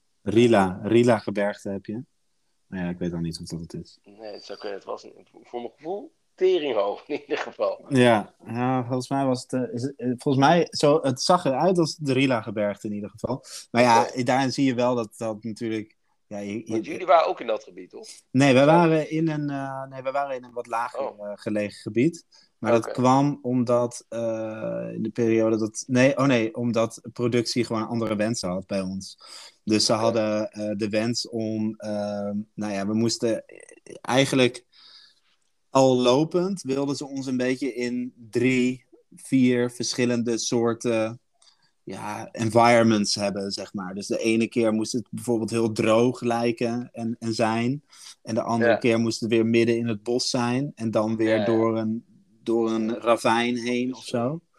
Rila gebergte heb je? Nou ja, ik weet al niet of dat het is. Nee, het zou kunnen. Het was voor mijn gevoel teringhoog in ieder geval. Ja, volgens mij was volgens mij, het zag eruit als de Rila-gebergte in ieder geval. Maar ja, Oké. daarin zie je wel dat natuurlijk... Ja, Want jullie waren ook in dat gebied, toch? nee, wij Zo. waren in een wat lager Oh, gelegen gebied. Maar dat oké. kwam omdat in de periode dat... omdat productie gewoon andere wensen had bij ons. Dus ze Oké. hadden de wens om... we moesten eigenlijk al lopend wilden ze ons een beetje in 3, 4 verschillende soorten environments hebben, zeg maar. Dus de ene keer moest het bijvoorbeeld heel droog lijken en zijn. En de andere Ja, keer moest het weer midden in het bos zijn. En dan weer ja, ja. door een ravijn heen of Afwisseling. zo.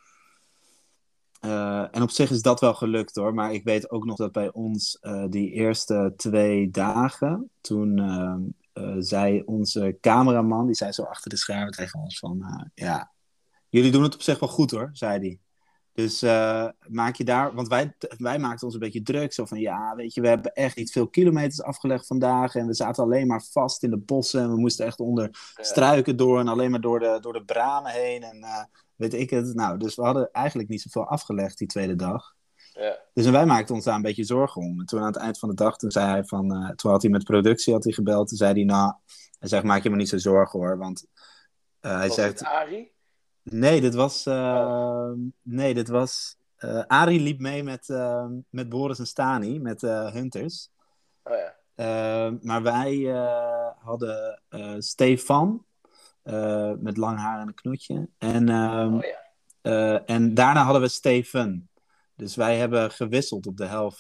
En op zich is dat wel gelukt hoor. Maar ik weet ook nog dat bij ons die eerste 2 dagen, toen zei onze cameraman, die zei zo achter de schermen tegen ons van, jullie doen het op zich wel goed hoor, zei hij. Dus maak je daar, want wij maakten ons een beetje druk. Zo van, ja, weet je, we hebben echt niet veel kilometers afgelegd vandaag. En we zaten alleen maar vast in de bossen. En we moesten echt onder Ja, struiken door en alleen maar door de bramen heen. En weet ik het. Nou, dus we hadden eigenlijk niet zoveel afgelegd die tweede dag. ja. Dus wij maakten ons daar een beetje zorgen om. En toen aan het eind van de dag, toen zei hij van, toen had hij met productie gebeld. Toen zei hij, nou, hij zegt, maak je me niet zo zorgen hoor. Want hij Was dit zegt, Arie? nee, dit was. Oh, Nee, dit was. Arie liep mee met Boris en Stani, met Hunters. oh ja. Maar wij hadden Stefan, met lang haar en een knoetje. Oh ja. En daarna hadden we Steven. Dus wij hebben gewisseld op de helft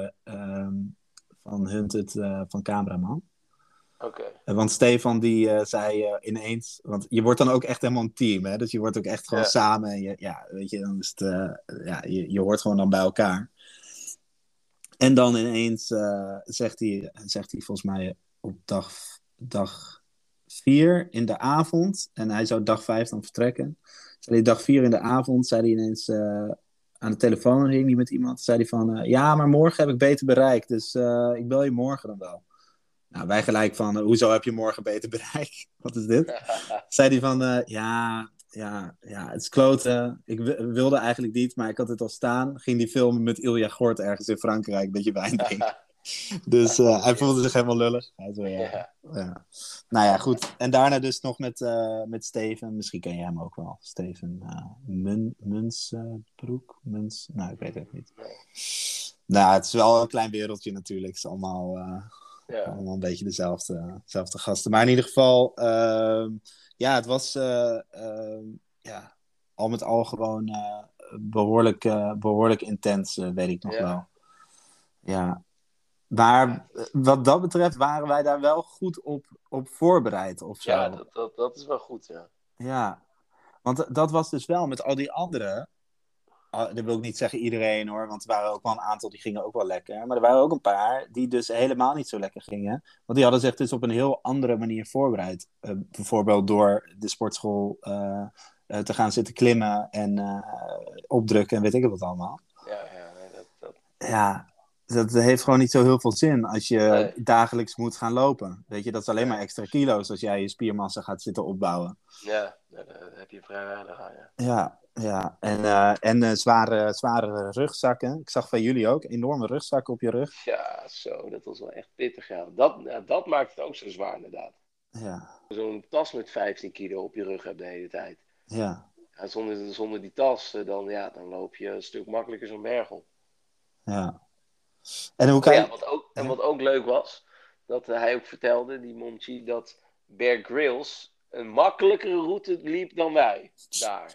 van Hunted, van cameraman. Oké. Want Stefan die zei ineens, want je wordt dan ook echt helemaal een team, hè? Dus je wordt ook echt gewoon Ja. samen. En weet je, dan is het, je hoort gewoon dan bij elkaar. En dan ineens zegt hij volgens mij op dag 4 in de avond, en hij zou dag 5 dan vertrekken. Zei hij dag 4 in de avond, zei hij ineens aan de telefoon, ging hij met iemand, zei hij van, ja, maar morgen heb ik beter bereik, dus ik bel je morgen dan wel. Nou, wij gelijk van, hoezo heb je morgen beter bereik? Wat is dit? Zei hij van, het is kloten. Ik wilde eigenlijk niet, maar ik had het al staan. Ging die filmen met Ilja Gort ergens in Frankrijk, dat je wijn drinkt. Dus hij voelde zich helemaal lullig. Hij zo, Ja. ja. Nou ja, goed. En daarna dus nog met Steven. Misschien ken je hem ook wel. Steven Munsbroek. Nou, ik weet het niet. Nee. Nou, het is wel een klein wereldje natuurlijk. Het is allemaal... Ja. Allemaal een beetje dezelfde gasten. Maar in ieder geval, het was al met al gewoon behoorlijk intens, weet ik nog Ja. wel. Ja. Maar wat dat betreft waren wij daar wel goed op voorbereid of zo. Ja, dat is wel goed, ja. Ja, want dat was dus wel met al die anderen. Dat wil ik niet zeggen iedereen hoor, want er waren ook wel een aantal die gingen ook wel lekker. Maar er waren ook een paar die dus helemaal niet zo lekker gingen. Want die hadden zich dus op een heel andere manier voorbereid. Bijvoorbeeld door de sportschool te gaan zitten klimmen en opdrukken en weet ik wat allemaal. Ja, nee, Ja, dat heeft gewoon niet zo heel veel zin als je nee. dagelijks moet gaan lopen. Weet je, dat is alleen Ja. maar extra kilo's als jij je spiermassa gaat zitten opbouwen. Ja. Daar heb je vrij weinig aan, ja. Ja. En zware rugzakken. Ik zag van jullie ook enorme rugzakken op je rug. Ja, zo, dat was wel echt pittig, ja. Dat maakt het ook zo zwaar, inderdaad. Ja, Zo'n tas met 15 kilo op je rug hebt de hele tijd. ja, Ja, zonder die tas, dan loop je een stuk makkelijker zo'n berg op. ja. En hoe Oh kan ja, je... wat Ja? ook leuk was, dat hij ook vertelde, die Monchi, dat Bear Grylls een makkelijkere route liep dan wij daar.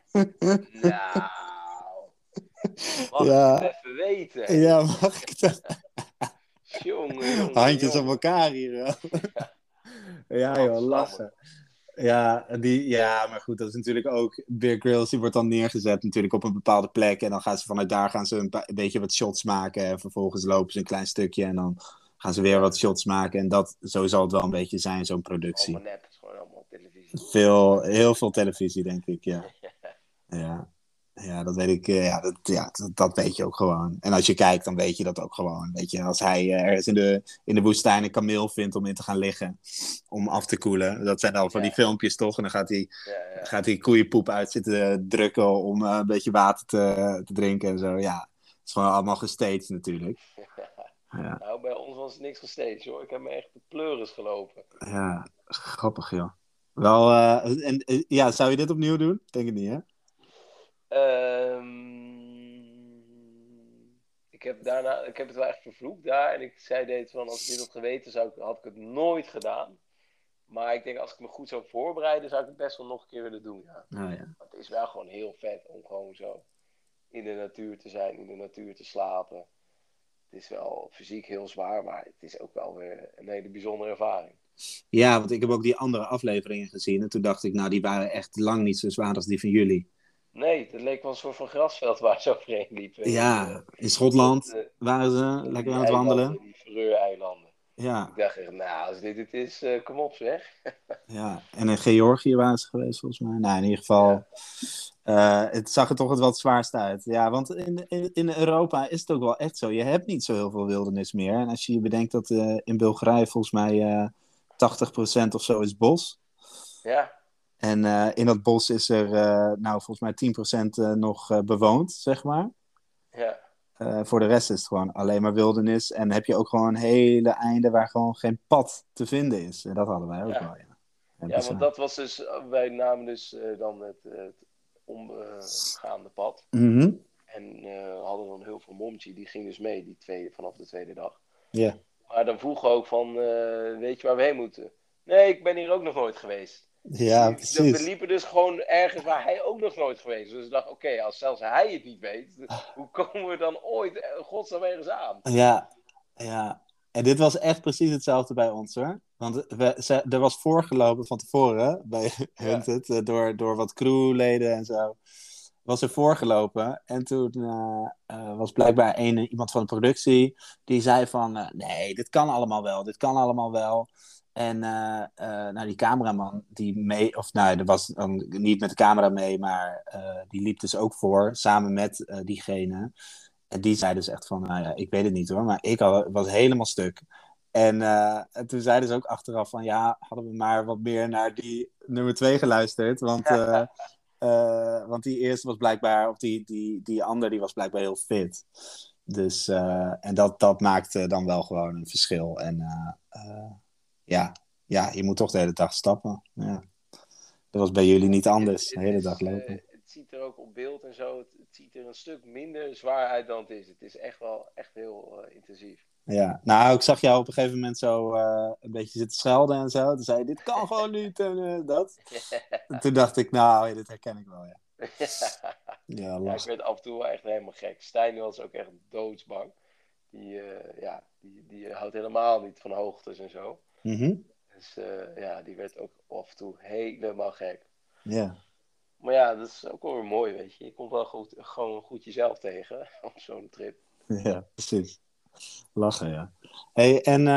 Nou, mag ik het Ja, even weten, ja, hé? mag ik het? Handjes op Jongen. elkaar hier wel. Ja, Ja, joh, gadsamme. lachen. Ja, maar goed, dat is natuurlijk ook... Bear Grylls, die wordt dan neergezet natuurlijk op een bepaalde plek. En dan gaan ze vanuit daar een beetje wat shots maken. En vervolgens lopen ze een klein stukje en dan gaan ze weer Ja, wat shots maken. En zo zal het wel een beetje zijn, zo'n productie. allemaal nep. Het is gewoon allemaal televisie. Heel veel televisie, denk ik, ja. Ja, ja dat weet ik. Dat weet je ook gewoon. En als je kijkt, dan weet je dat ook gewoon. Weet je, als hij ergens in de woestijn een kameel vindt om in te gaan liggen, om af te koelen. Dat zijn dan van die Ja, filmpjes toch? En dan ja. gaat hij koeienpoep uit zitten drukken om een beetje water te drinken en zo. Ja, het is gewoon allemaal gestaged natuurlijk. Ja, Nou, bij ons was het niks gesteeds, hoor. Ik heb me echt de pleuris gelopen. ja, grappig joh. Wel, ja, zou je dit opnieuw doen? Denk het niet, hè? Ik heb het wel echt vervloekt daar. En ik zei deed van, als ik dit had geweten, had ik het nooit gedaan. Maar ik denk, als ik me goed zou voorbereiden, zou ik het best wel nog een keer willen doen, ja. Nou ja. Want het is wel gewoon heel vet om gewoon zo in de natuur te zijn, in de natuur te slapen. Het is wel fysiek heel zwaar, maar het is ook wel weer een hele bijzondere ervaring. Ja, want ik heb ook die andere afleveringen gezien. En toen dacht ik, nou, die waren echt lang niet zo zwaar als die van jullie. Nee, het leek wel een soort van grasveld waar ze overheen liepen. Ja, in Op Schotland waren ze lekker aan die het wandelen. eilanden, die Faroe-eilanden. Ik Ja, dacht echt, nou, als dit het is, kom op zeg. ja. En in Georgië waren ze geweest, volgens mij. Nou, in ieder Ja, geval, het zag er toch het wat zwaarst uit. Ja, want in Europa is het ook wel echt zo. Je hebt niet zo heel veel wildernis meer. En als je bedenkt dat in Bulgarije volgens mij 80% of zo is bos. ja, En in dat bos is er, nou, volgens mij 10% nog bewoond, zeg maar. ja. Voor de rest is het gewoon alleen maar wildernis. En heb je ook gewoon hele einden waar gewoon geen pad te vinden is. En dat hadden wij ook Ja, wel, ja. Ja, ja, want bizar. dat was dus, wij namen dus dan het omgaande pad. Mhm. En hadden dan heel veel momtje, die ging dus mee vanaf de tweede dag. Ja. Maar dan vroegen we ook van, weet je waar we heen moeten? Nee, ik ben hier ook nog nooit geweest. Ja, We precies. liepen dus gewoon ergens waar hij ook nog nooit geweest is. Dus ik dacht, oké, als zelfs hij het niet weet, hoe komen we dan ooit godsnaam ergens aan? Ja, ja. En dit was echt precies hetzelfde bij ons, hoor. Want er was voorgelopen van tevoren bij Ja, Hunted, door wat crewleden en zo. Was er voorgelopen. En toen was blijkbaar iemand van de productie die zei van... nee, dit kan allemaal wel, dit kan allemaal wel. En nou, die cameraman die mee... Of nou, dat was dan niet met de camera mee, maar die liep dus ook voor, samen met diegene. En die zei dus echt van, nou ja, ik weet het niet hoor, maar was helemaal stuk. En toen zeiden ze ook achteraf van, ja, hadden we maar wat meer naar die nummer 2 geluisterd. Want die eerste was blijkbaar, of die ander, die was blijkbaar heel fit. Dus, en dat maakte dan wel gewoon een verschil. En ja, ja, je moet toch de hele dag stappen. Ja. Dat was bij jullie niet anders, de hele dag lopen. het ziet er ook op beeld en zo, het ziet er een stuk minder zwaar uit dan het is. Het is echt wel echt heel intensief. Ja, nou, ik zag jou op een gegeven moment zo een beetje zitten schelden en zo. Toen zei je, dit kan gewoon niet en dat. En toen dacht ik, nou, ja, dit herken ik wel, ja. Ja, Ja, ik lachen. werd af en toe wel echt helemaal gek. Stijn was ook echt doodsbang. Die houdt helemaal niet van hoogtes en zo. Mhm. Dus ja, die werd ook af en toe helemaal gek. Ja, Maar ja, dat is ook wel weer mooi, weet je. Je komt wel gewoon goed jezelf tegen op zo'n trip. ja, precies. Lachen, ja. Hey, en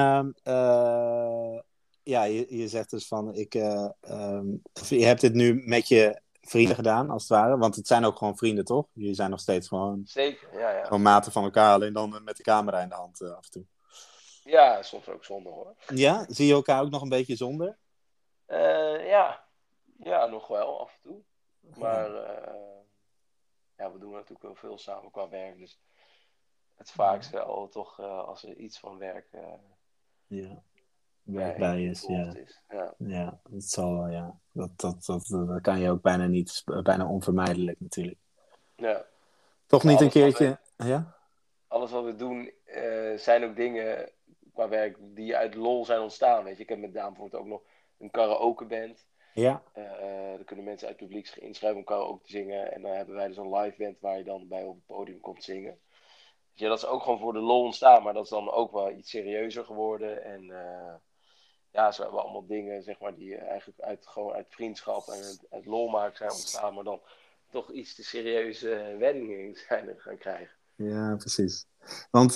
ja, je zegt dus van, je hebt dit nu met je vrienden gedaan, als het ware. Want het zijn ook gewoon vrienden, toch? Jullie zijn nog steeds Zeker, ja, gewoon zeker. maten van elkaar, alleen dan met de camera in de hand af en toe. Ja, soms ook zonder hoor. Ja, zie je elkaar ook nog een beetje zonder? Ja, Ja, nog wel af en toe. Ja. Maar ja, we doen natuurlijk wel veel samen qua werk. Dus het vaakst wel toch als er iets van werk Ja. ja, Werk bij is, involved ja. is. Ja. Ja, dat zal wel, ja. Dat kan je ook bijna niet, bijna onvermijdelijk natuurlijk. Ja. Toch Maar niet een keertje, ja? alles wat we doen zijn ook dingen qua werk die uit lol zijn ontstaan. Weet je. Ik heb met Daan bijvoorbeeld ook nog een karaokeband. Ja. Er kunnen mensen uit het publiek zich inschrijven om karaoke te zingen. En dan hebben wij dus een live band waar je dan bij op het podium komt zingen. Dus ja, dat is ook gewoon voor de lol ontstaan. Maar dat is dan ook wel iets serieuzer geworden. En ja, zo hebben we allemaal dingen zeg maar, die eigenlijk gewoon uit vriendschap en uit lol maken zijn ontstaan. Maar dan toch iets te serieuze wendingen zijn gaan krijgen. Ja, precies. Want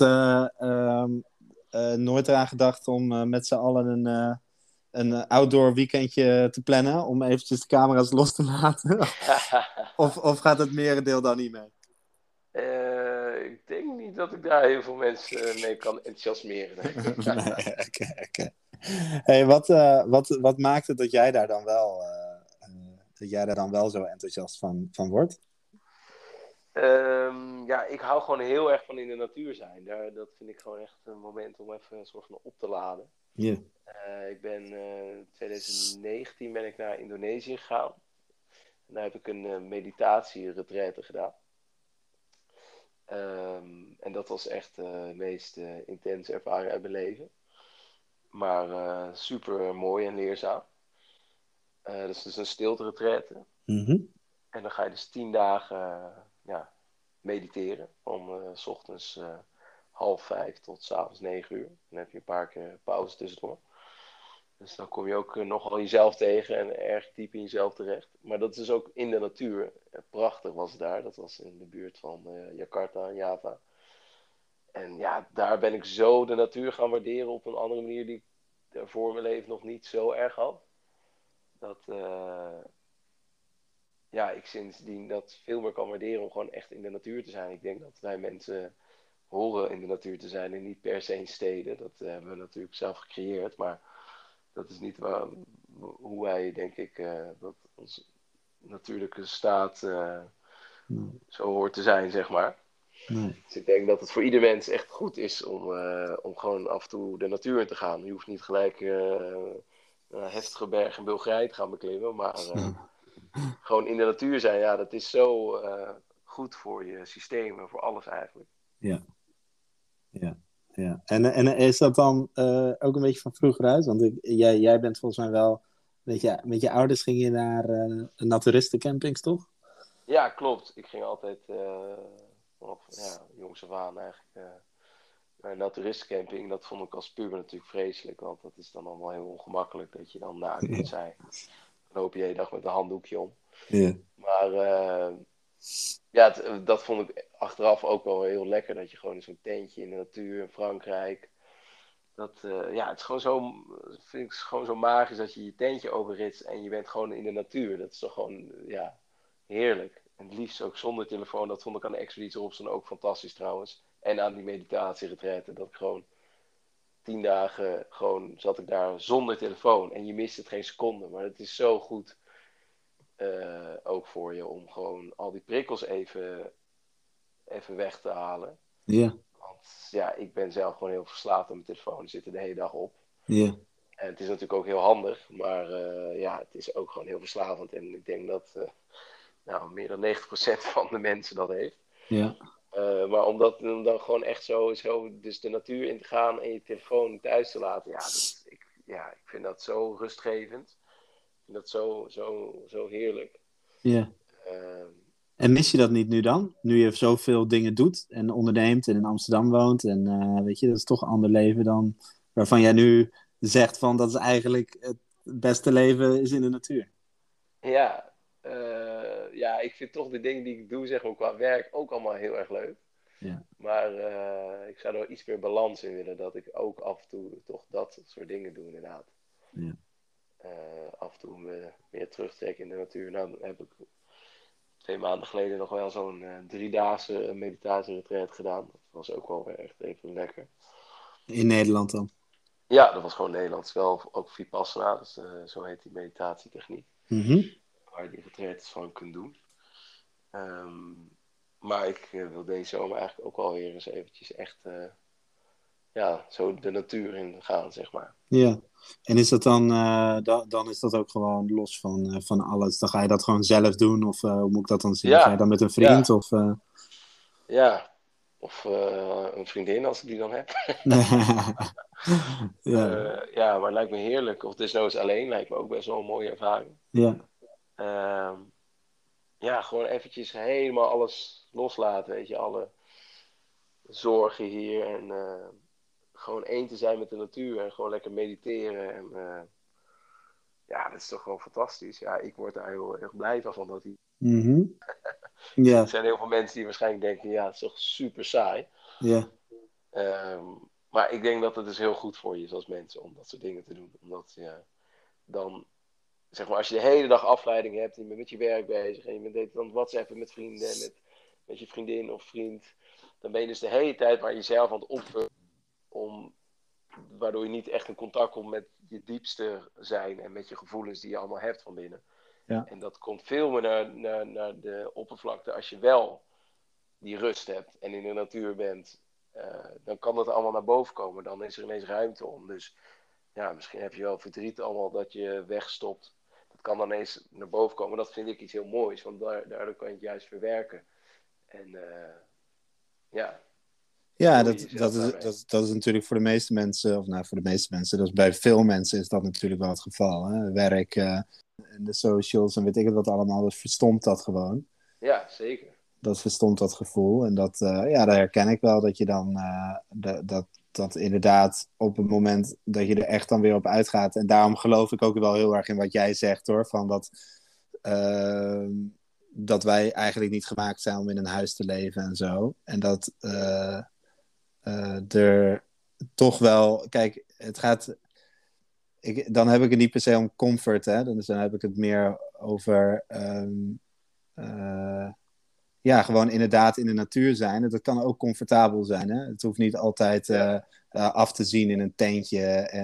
nooit eraan gedacht om met z'n allen een outdoor weekendje te plannen. Om eventjes de camera's los te laten. Of gaat het merendeel dan niet mee? Ik denk niet dat ik daar heel veel mensen mee kan enthousiasmeren. Nee, oké. Hey, wat maakt het dat jij daar dan wel, dat jij daar dan wel zo enthousiast van wordt? Ja, ik hou gewoon heel erg van in de natuur zijn. Dat vind ik gewoon echt een moment om even een soort van op te laden. Ja. Ik ben 2019 ben ik naar Indonesië gegaan. En daar heb ik een meditatieretraite gedaan. En dat was echt de meest intense ervaring uit mijn leven. Maar super mooi en leerzaam. Dat is dus een stilte-retraite. Mhm. En dan ga je dus 10 dagen ja, mediteren. Van 's ochtends 4:30 tot 's avonds 9 uur. Dan heb je een paar keer pauze tussendoor. Dus dan kom je ook nogal jezelf tegen en erg diep in jezelf terecht. Maar dat is dus ook in de natuur. Prachtig was het daar. Dat was in de buurt van Jakarta, Java. En ja, daar ben ik zo de natuur gaan waarderen op een andere manier die ik voor mijn leven nog niet zo erg had. Dat ja, ik sindsdien dat veel meer kan waarderen om gewoon echt in de natuur te zijn. Ik denk dat wij mensen horen in de natuur te zijn en niet per se in steden. Dat hebben we natuurlijk zelf gecreëerd, maar dat is niet hoe wij, denk ik, dat onze natuurlijke staat Nee. zo hoort te zijn, zeg maar. Nee. Dus ik denk dat het voor ieder mens echt goed is om gewoon af en toe de natuur in te gaan. Je hoeft niet gelijk een heftige berg in Bulgarije te gaan beklimmen, maar gewoon in de natuur zijn, ja, dat is zo goed voor je systeem en voor alles eigenlijk. Ja, ja, ja. En is dat dan ook een beetje van vroeger uit? Want jij bent volgens mij wel... Met je ouders ging je naar naturistencampings, toch? Ja, klopt. Ik ging altijd vanaf jongs af aan eigenlijk naar een naturistencamping. Dat vond ik als puber natuurlijk vreselijk, want dat is dan allemaal heel ongemakkelijk dat je dan naakt moet Ja. zijn. Dan loop je de hele dag met een handdoekje om. Ja. Maar ja, dat vond ik achteraf ook wel heel lekker. Dat je gewoon in zo'n tentje in de natuur in Frankrijk. Dat, ja, het is gewoon zo, vind ik gewoon zo magisch dat je je tentje openritst en je bent gewoon in de natuur. Dat is toch gewoon, ja, heerlijk. En het liefst ook zonder telefoon. Dat vond ik aan de expeditie Robson ook fantastisch trouwens. En aan die meditatieretretten. Dat ik gewoon 10 dagen gewoon zat ik daar zonder telefoon. En je mist het geen seconde. Maar het is zo goed ook voor je om gewoon al die prikkels even weg te halen. Ja. Want ja, ik ben zelf gewoon heel verslaafd aan mijn telefoon. Ik zit er de hele dag op. Ja. En het is natuurlijk ook heel handig, maar ja, het is ook gewoon heel verslavend. En ik denk dat nou, meer dan 90% van de mensen dat heeft. Ja. Maar om dan gewoon echt zo dus de natuur in te gaan en je telefoon thuis te laten, ik vind dat zo rustgevend. Ik vind dat zo heerlijk. Ja. Uh, En mis je dat niet nu dan? Nu je zoveel dingen doet en onderneemt en in Amsterdam woont. En weet je, dat is toch een ander leven dan waarvan jij nu zegt van dat is eigenlijk het beste leven is in de natuur. ja, ja, ik vind toch de dingen die ik doe, zeg maar, qua werk ook allemaal heel erg leuk. Ja. Maar ik zou er wel iets meer balans in willen. Dat ik ook af en toe toch dat soort dingen doe, inderdaad. Ja. Af en toe me meer terugtrekken in de natuur. Nou, dan heb ik 2 maanden geleden nog wel zo'n 3-daagse meditatieretreat gedaan. Dat was ook wel weer echt even lekker. In Nederland dan? Ja, dat was gewoon Nederlands. Wel ook Vipassana, dus, zo heet die meditatietechniek. Mhm. Waar je die retraites van kunt doen. Maar ik wil deze zomer eigenlijk ook wel weer eens eventjes echt zo de natuur in gaan, zeg maar. Ja. En is dat dan, dan is dat ook gewoon los van alles? Dan ga je dat gewoon zelf doen? Of hoe moet ik dat dan zien? Ga je Ja, dan met een vriend? ja, Of, ja. Of een vriendin als ik die dan heb. ja, Ja, maar het lijkt me heerlijk. Of desnoods alleen lijkt me ook best wel een mooie ervaring. ja. Ehm, ja, gewoon eventjes helemaal alles loslaten, weet je. Alle zorgen hier en gewoon één te zijn met de natuur en gewoon lekker mediteren. En ja, dat is toch gewoon fantastisch. Ja, ik word daar heel erg blij van. Mhm. Er Ja, zijn heel veel mensen die waarschijnlijk denken, ja, het is toch super saai. ja. Ehm, maar ik denk dat het dus heel goed voor je is als mensen om dat soort dingen te doen. Omdat je dan, zeg maar, als je de hele dag afleiding hebt en je bent met je werk bezig en je bent dan WhatsAppen met vrienden en met je vriendin of vriend, dan ben je dus de hele tijd maar jezelf aan het opvullen om, waardoor je niet echt in contact komt met je diepste zijn en met je gevoelens die je allemaal hebt van binnen. Ja. En dat komt veel meer naar de oppervlakte als je wel die rust hebt en in de natuur bent. Dan kan dat allemaal naar boven komen. Dan is er ineens ruimte om. Dus ja, misschien heb je wel verdriet allemaal dat je wegstopt. Dat kan dan ineens naar boven komen. Dat vind ik iets heel moois, want daardoor kan je het juist verwerken. En ja, Ja, voel je jezelf daarmee. dat is natuurlijk voor de meeste mensen, of nou voor de meeste mensen, dat is bij veel mensen is dat natuurlijk wel het geval. Hè? Werk en de socials en weet ik het wat allemaal, dat verstomt dat gewoon. Ja, zeker. Dat verstomt dat gevoel. En dat, ja, daar herken ik wel dat je dan, dat inderdaad op het moment dat je er echt dan weer op uitgaat. En daarom geloof ik ook wel heel erg in wat jij zegt hoor, van uh, dat wij eigenlijk niet gemaakt zijn om in een huis te leven en zo. En dat Nee. er toch wel, kijk, het gaat. Dan heb ik het niet per se om comfort, hè? Dan heb ik het meer over. Ja, gewoon inderdaad in de natuur zijn. Dat kan ook comfortabel zijn. Hè? Het hoeft niet altijd Ja, af te zien in een tentje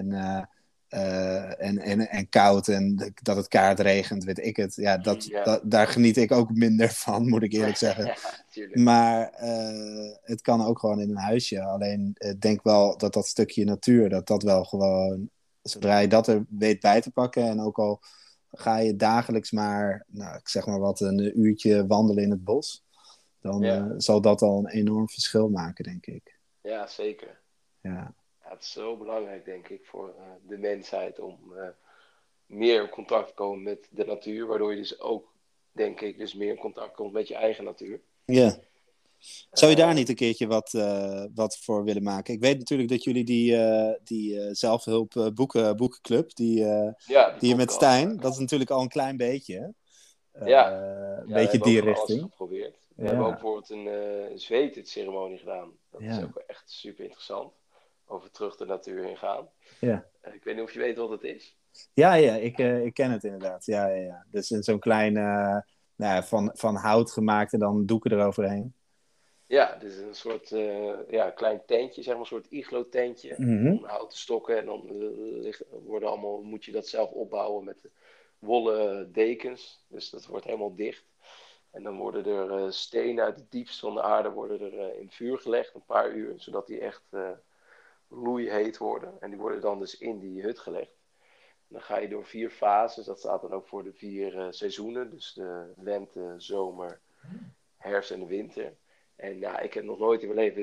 en koud en dat het kaart regent, weet ik het. Ja, ja. daar geniet ik ook minder van, moet ik eerlijk zeggen. Ja, natuurlijk. Maar het kan ook gewoon in een huisje. Alleen ik denk wel dat dat stukje natuur, dat wel gewoon, zodra je dat er weet bij te pakken en ook al ga je dagelijks maar, nou, ik zeg maar wat, een uurtje wandelen in het bos, dan Ja, zal dat al een enorm verschil maken, denk ik. ja, zeker. Ja, Ja, het is zo belangrijk, denk ik, voor de mensheid om meer in contact te komen met de natuur. Waardoor je dus ook, denk ik, dus meer in contact komt met je eigen natuur. ja. Zou je daar Uh, niet een keertje wat voor willen maken? Ik weet natuurlijk dat jullie die zelfhulp boekenclub, ja, die die je met podcast Stijn, maken. dat is natuurlijk al een klein beetje, hè? Ja. Een Ja, we beetje hebben ook die van alles richting. geprobeerd. We hebben ook Ja, bijvoorbeeld een zweetceremonie gedaan. Dat is ja, ook wel echt super interessant. Over terug de natuur in gaan. ja. Ik weet niet of je weet wat het is. Ja, ja, ik ken het inderdaad. Ja, ja, ja. Dus in zo'n klein, nou ja, van hout gemaakt en dan doeken eroverheen. Ja, dit is een soort klein tentje, zeg maar, een soort iglo-tentje. Mhm. Van houten stokken. En dan moet je dat zelf opbouwen met wollen dekens. Dus dat wordt helemaal dicht. En dan worden er stenen uit het diepst van de aarde worden er, in vuur gelegd, een paar uur. Zodat die echt loeiheet worden. En die worden dan dus in die hut gelegd. En dan ga je door 4 fases. Dat staat dan ook voor de 4 seizoenen. Dus de lente, zomer, herfst en de winter. En ja, ik heb nog nooit in mijn leven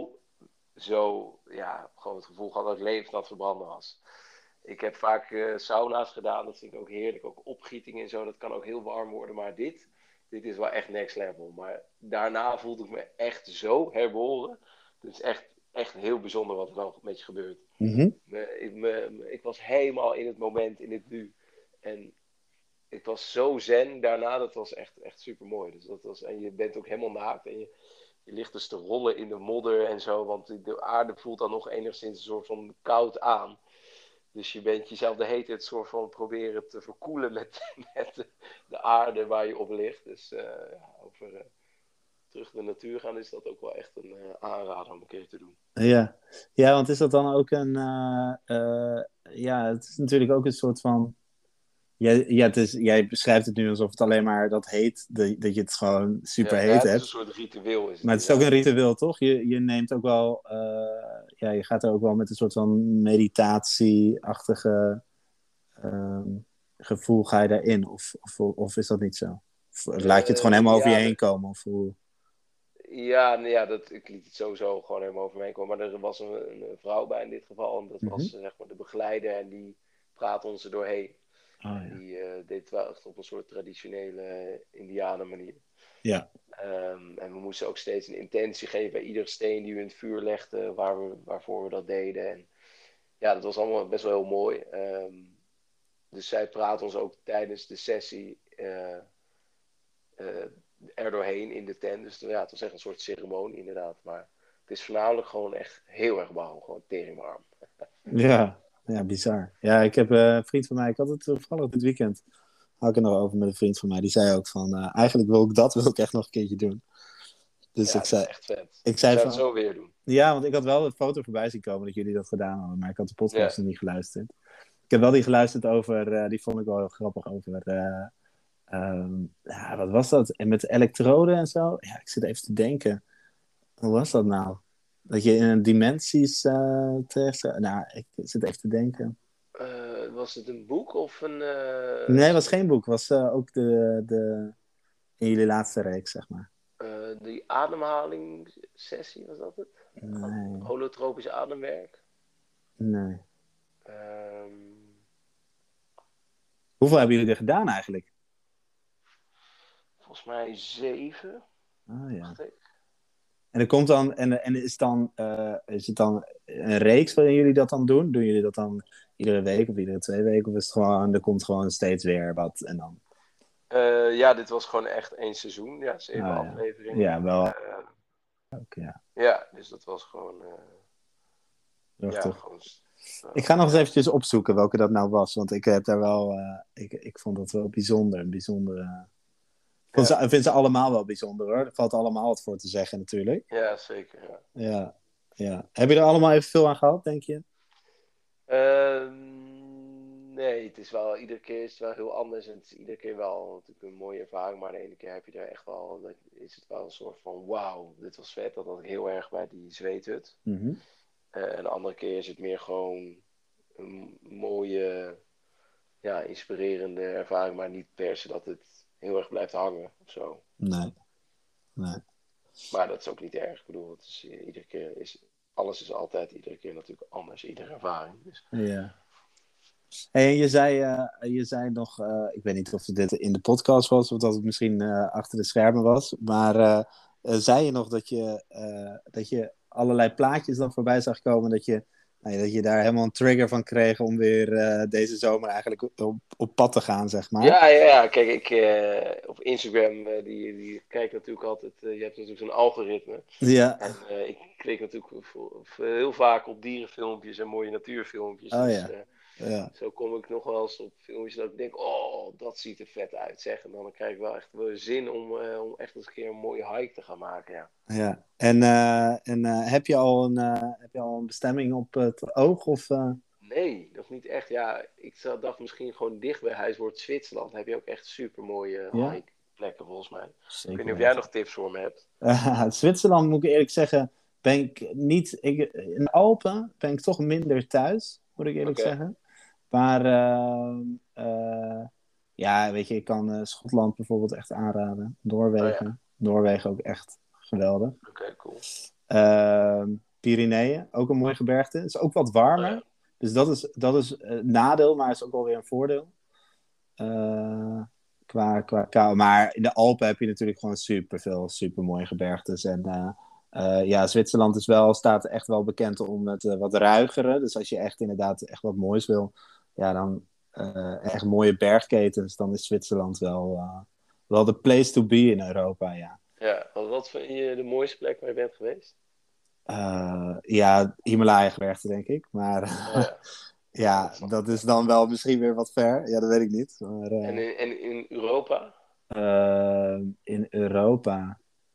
ja, gewoon het gevoel gehad dat ik levend aan het verbranden was. Ik heb vaak sauna's gedaan, dat vind ik ook heerlijk. Ook opgietingen en zo, dat kan ook heel warm worden. Maar dit is wel echt next level. Maar daarna voelde ik me echt zo herboren. Het is echt heel bijzonder wat er dan met je gebeurt. Mhm. Ik was helemaal in het moment, in het nu. En ik was zo zen daarna, dat was echt super mooi. Dus en je bent ook helemaal naakt en je ligt dus te rollen in de modder en zo, want de aarde voelt dan nog enigszins een soort van koud aan. Dus je bent jezelf de hele tijd soort van proberen te verkoelen met, met de aarde waar je op ligt. Dus over terug naar de natuur gaan is dat ook wel echt een aanrader om een keer te doen. Ja. Ja, want is dat dan ook een... ja, het is natuurlijk ook een soort van Jij beschrijft het nu alsof het alleen maar dat heet, dat je het gewoon super Ja, heet het is een hebt. soort ritueel is het Maar het is ook een inderdaad. ritueel, toch? Je neemt ook wel, je gaat er ook wel met een soort van meditatieachtige ehm, gevoel ga je daarin. Of is dat niet zo? Of laat je het gewoon helemaal over je Ja, heen komen? Of hoe? ja, nee, ja ik liet het sowieso gewoon helemaal over me heen komen. Maar er was een vrouw bij in dit geval. En dat Mhm. was zeg maar de begeleider. En die praatte ons er doorheen. Oh En ja. die deed het wel echt op een soort traditionele Indianen manier. Ja. En we moesten ook steeds een intentie geven bij iedere steen die we in het vuur legden. Waarvoor we dat deden. En ja, dat was allemaal best wel heel mooi. Dus zij praat ons ook tijdens de sessie uh, er doorheen in de tent. Dus ja, het was echt een soort ceremonie inderdaad. Maar het is voornamelijk gewoon echt heel erg warm. Gewoon teringwarm. Ja. Ja, bizar. Ja, ik heb een vriend van mij, ik had het toevallig dit weekend, had ik er nog over met een vriend van mij. Die zei ook van, eigenlijk wil ik echt nog een keertje doen. Dus Ja, dat is echt vet. ik Ik zei zou het van, zo weer doen. ja, want ik had wel een foto voorbij zien komen dat jullie dat gedaan hadden, maar ik had de Ja. podcast nog niet geluisterd. Ik heb wel die geluisterd over, die vond ik wel heel grappig, over, ja, wat was dat? En met elektroden en zo? Ja, ik zit even te denken. Hoe was dat nou? Dat je in dimensies terecht... Nou, ik zit even te denken. Was het een boek of een... Nee, het was geen boek. Het was ook in jullie laatste reeks, zeg maar. die ademhalingssessie, was dat het? Nee, Holotropisch ademwerk. nee. Ehm, Hoeveel hebben jullie er gedaan eigenlijk? Volgens mij 7, Ah ja. dacht ik. En er komt dan, en is het dan een reeks waarin jullie dat dan doen? Doen jullie dat dan iedere week of iedere 2 weken? Of is het gewoon, er komt gewoon steeds weer wat en dan? Ja, dit was gewoon echt 1 seizoen. Ja, 7 Ah ja. afleveringen. Ja, wel ook, ja. Ja, dus dat was gewoon... ja, Prachtig. gewoon... Ik ga nog eens ja. eventjes opzoeken welke dat nou was. Want ik heb daar wel, ik vond dat wel bijzonder. Een bijzondere... Ja, Ik vind ze allemaal wel bijzonder hoor. Er valt allemaal wat voor te zeggen natuurlijk. ja, zeker. Ja. Ja, ja. Heb je er allemaal evenveel aan gehad, denk je? Nee, het is wel, iedere keer is het wel heel anders. En het is iedere keer wel natuurlijk een mooie ervaring. Maar de ene keer heb je er echt wel, is het wel een soort van wauw, dit was vet. Dat had ik heel erg bij die zweethut. Mhm. En de andere keer is het meer gewoon een mooie, ja, inspirerende ervaring. Maar niet per se dat het heel erg blijft hangen of zo. Nee, nee. Maar dat is ook niet erg. Ik bedoel, het is, iedere keer is, alles is altijd iedere keer natuurlijk anders. Iedere ervaring. Dus. Ja. Hey, en je zei nog, ik weet niet of dit in de podcast was of dat het misschien achter de schermen was, maar zei je nog dat je allerlei plaatjes dan voorbij zag komen, dat je daar helemaal een trigger van kreeg om weer deze zomer eigenlijk op pad te gaan, zeg maar? Ja, ja, ja, kijk, ik op Instagram, die kijk natuurlijk altijd, je hebt natuurlijk zo'n algoritme. Ja, En ik klik natuurlijk heel vaak op dierenfilmpjes en mooie natuurfilmpjes. oh Dus ja, ja, zo kom ik nog wel eens op filmpjes dat ik denk, oh, dat ziet er vet uit, zeg. En dan krijg ik wel echt wel zin om echt eens een keer een mooie hike te gaan maken, ja. ja. En heb je al een bestemming op het oog? Of, Nee, nog niet echt. Ja, dacht misschien gewoon dicht bij huis wordt Zwitserland. Heb je ook echt super mooie ja, hikeplekken volgens mij. Ik weet zeker niet of jij weten. nog tips voor me hebt. Zwitserland, moet ik eerlijk zeggen, ben ik niet. In de Alpen ben ik toch minder thuis, moet ik eerlijk Oké, zeggen. Maar ja, weet je, ik kan Schotland bijvoorbeeld echt aanraden. oh ja, Noorwegen ook echt geweldig. oké, cool. Pyreneeën, ook een mooi gebergte. Het is ook wat Oh ja, warmer. Dus dat is een nadeel, maar is ook wel weer een voordeel. Eh, qua kou. Maar in de Alpen heb je natuurlijk gewoon super veel, super mooie gebergtes. En ja, Zwitserland staat echt wel bekend om het wat ruigere. Dus als je echt inderdaad echt wat moois wil, ja, dan echt mooie bergketens, dan is Zwitserland wel de place to be in Europa, ja. ja. Wat vind je de mooiste plek waar je bent geweest? Ja, Himalaya-gebergte, denk ik. Maar Oh ja, ja, dat ja, snap ik dat is wel. dan wel misschien weer wat ver. Ja, dat weet ik niet. Maar En in Europa? in Europa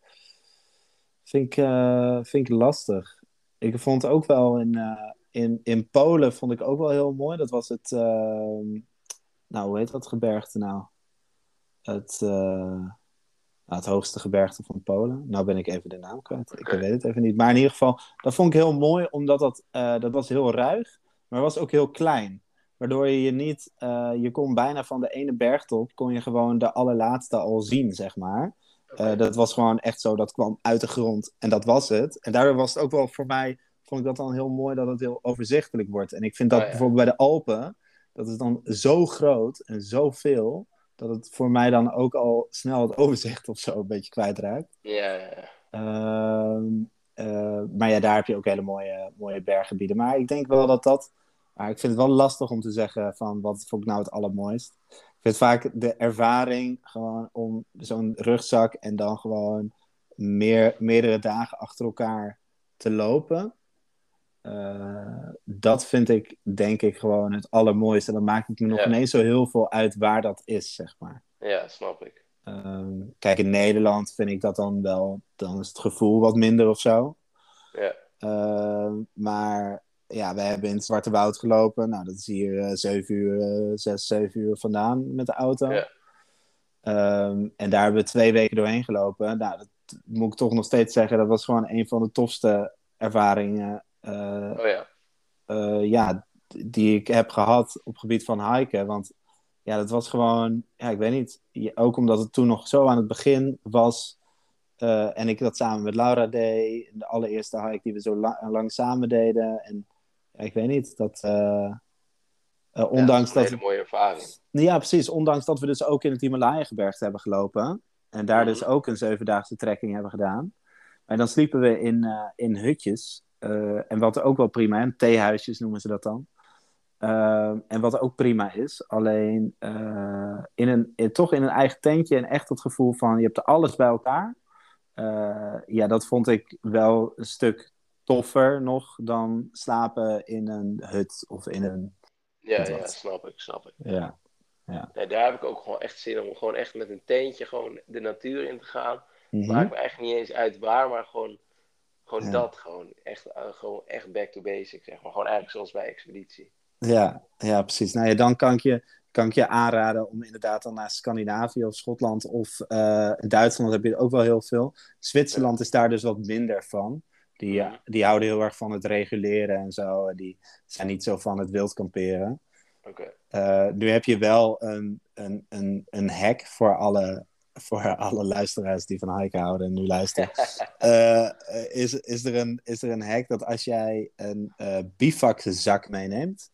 vind ik lastig. Ik vond ook wel in Polen vond ik ook wel heel mooi. Dat was het. nou, hoe heet dat gebergte nou? Het, het hoogste gebergte van Polen. Nou ben ik even de naam kwijt. Ik Oké. weet het even niet. Maar in ieder geval, dat vond ik heel mooi, omdat dat was heel ruig, maar was ook heel klein. Waardoor je niet, je kon bijna van de ene bergtop, kon je gewoon de allerlaatste al zien, zeg maar. Oké. Dat was gewoon echt zo, dat kwam uit de grond en dat was het. En daardoor was het ook wel voor mij, vond ik dat dan heel mooi dat het heel overzichtelijk wordt. En ik vind Oh dat ja. bijvoorbeeld bij de Alpen, dat is dan zo groot en zoveel dat het voor mij dan ook al snel het overzicht of zo een beetje kwijtraakt. Ja, ja, ja. Ehm, maar ja, daar heb je ook hele mooie berggebieden. Maar ik denk wel dat. Maar ik vind het wel lastig om te zeggen van wat vond ik nou het allermooist. Ik vind vaak de ervaring gewoon om zo'n rugzak en dan gewoon meerdere dagen achter elkaar te lopen. Dat vind ik denk ik gewoon het allermooiste. Dan maakt het me nog Ja, ineens zo heel veel uit waar dat is, zeg maar. ja, snap ik. Kijk, in Nederland vind ik dat dan wel, dan is het gevoel wat minder of zo. Ja, Maar ja, we hebben in het Zwarte Woud gelopen. Nou, dat is hier 7 uur, 6, 7 uur vandaan met de auto. ja. En daar hebben we 2 weken doorheen gelopen. Nou, dat moet ik toch nog steeds zeggen, dat was gewoon een van de tofste ervaringen Oh ja. ja, die ik heb gehad op het gebied van hiken. Want ja, dat was gewoon, ja, ik weet niet. Ook omdat het toen nog zo aan het begin was. En ik dat samen met Laura deed. De allereerste hike die we zo lang samen deden. En ja, ik weet niet, Ja, dat is ondanks gewoon een dat hele we... mooie ervaring. Ja, precies. Ondanks dat we dus ook in het Himalaya-gebergte hebben gelopen. En daar dus Mhm. ook een 7-daagse trekking hebben gedaan. Maar dan sliepen we in hutjes. En wat ook wel prima is, theehuisjes noemen ze dat dan. En wat ook prima is, alleen toch in een eigen tentje en echt het gevoel van je hebt alles bij elkaar. Ja, dat vond ik wel een stuk toffer nog dan slapen in een hut of in een Ja, weet ja, wat. snap ik, snap ik. Ja. Ja, ja. Nee, daar heb ik ook gewoon echt zin om gewoon echt met een tentje gewoon de natuur in te gaan. Mhm. Maakt me eigenlijk niet eens uit waar, maar gewoon Ja. dat. Gewoon echt back to basics, zeg maar. Gewoon eigenlijk zoals bij Expeditie. Ja, precies. Nou ja, dan kan ik je aanraden om inderdaad dan naar Scandinavië of Schotland of in Duitsland heb je er ook wel heel veel. Ja. Zwitserland is daar dus wat minder van. Mhm. Die houden heel erg van het reguleren en zo. Die zijn niet zo van het wild kamperen. Oké. Nu heb je wel een hack voor alle luisteraars die van hiken houden en nu luisteren. Is er een hack dat als jij een bivakzak meeneemt,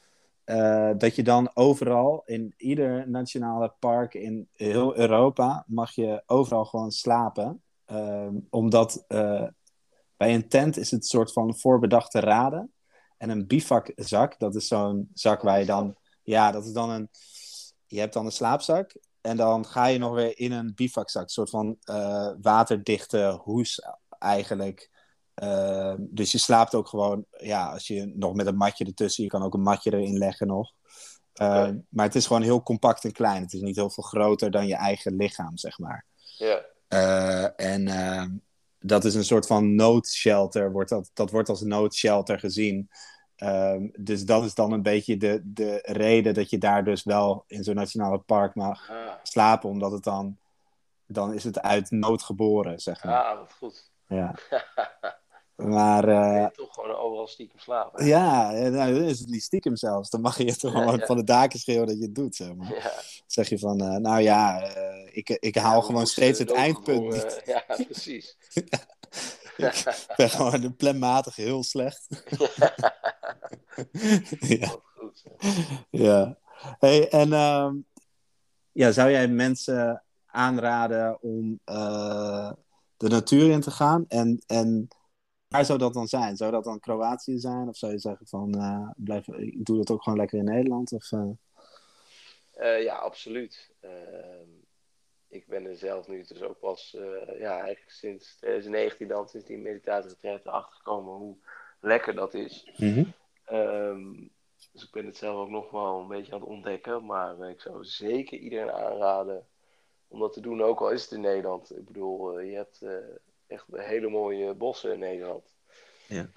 dat je dan overal in ieder nationale park in heel Europa mag je overal gewoon slapen. Omdat bij een tent is het een soort van voorbedachte raden. En een bivakzak, dat is zo'n zak Wat waar je is dat? dan... Ja, dat is dan je hebt dan een slaapzak. En dan ga je nog weer in een bivakzak. Een soort van waterdichte hoes eigenlijk. Dus je slaapt ook gewoon... Ja, als je nog met een matje ertussen... Je kan ook een matje erin leggen nog. Oké. Maar het is gewoon heel compact en klein. Het is niet heel veel groter dan je eigen lichaam, zeg maar. Ja. En dat is een soort van noodshelter. Dat wordt als noodshelter gezien. Dus dat is dan een beetje de reden dat je daar dus wel in zo'n nationale park mag Ah, slapen. Omdat het dan is het uit nood geboren, zeg maar. wat goed. Ja. Maar Dan kun je toch gewoon overal stiekem slapen eigenlijk. ja, nou, dan is het niet stiekem zelfs. Dan mag je het gewoon Ja, van de daken schreeuwen dat je het doet, zeg maar. ja. Zeg je van, nou ja, ik Ja, haal we gewoon steeds moesten het eindpunt noodgedwongen. niet. Ja, precies. Ik ben gewoon planmatig heel slecht. Ja, Wat goed. Zeg. ja. Hey, en ja, zou jij mensen aanraden om de natuur in te gaan? En waar zou dat dan zijn? Zou dat dan Kroatië zijn? Of zou je zeggen van, ik doe dat ook gewoon lekker in Nederland? Of, Ja, absoluut. Ik ben er zelf nu dus ook pas, ja, eigenlijk sinds 2019 dan, sinds die meditatieretreat achtergekomen hoe lekker dat is. Mhm. Ehm, dus ik ben het zelf ook nog wel een beetje aan het ontdekken, maar ik zou zeker iedereen aanraden om dat te doen, ook al is het in Nederland. Ik bedoel, je hebt echt hele mooie bossen in Nederland. Ja.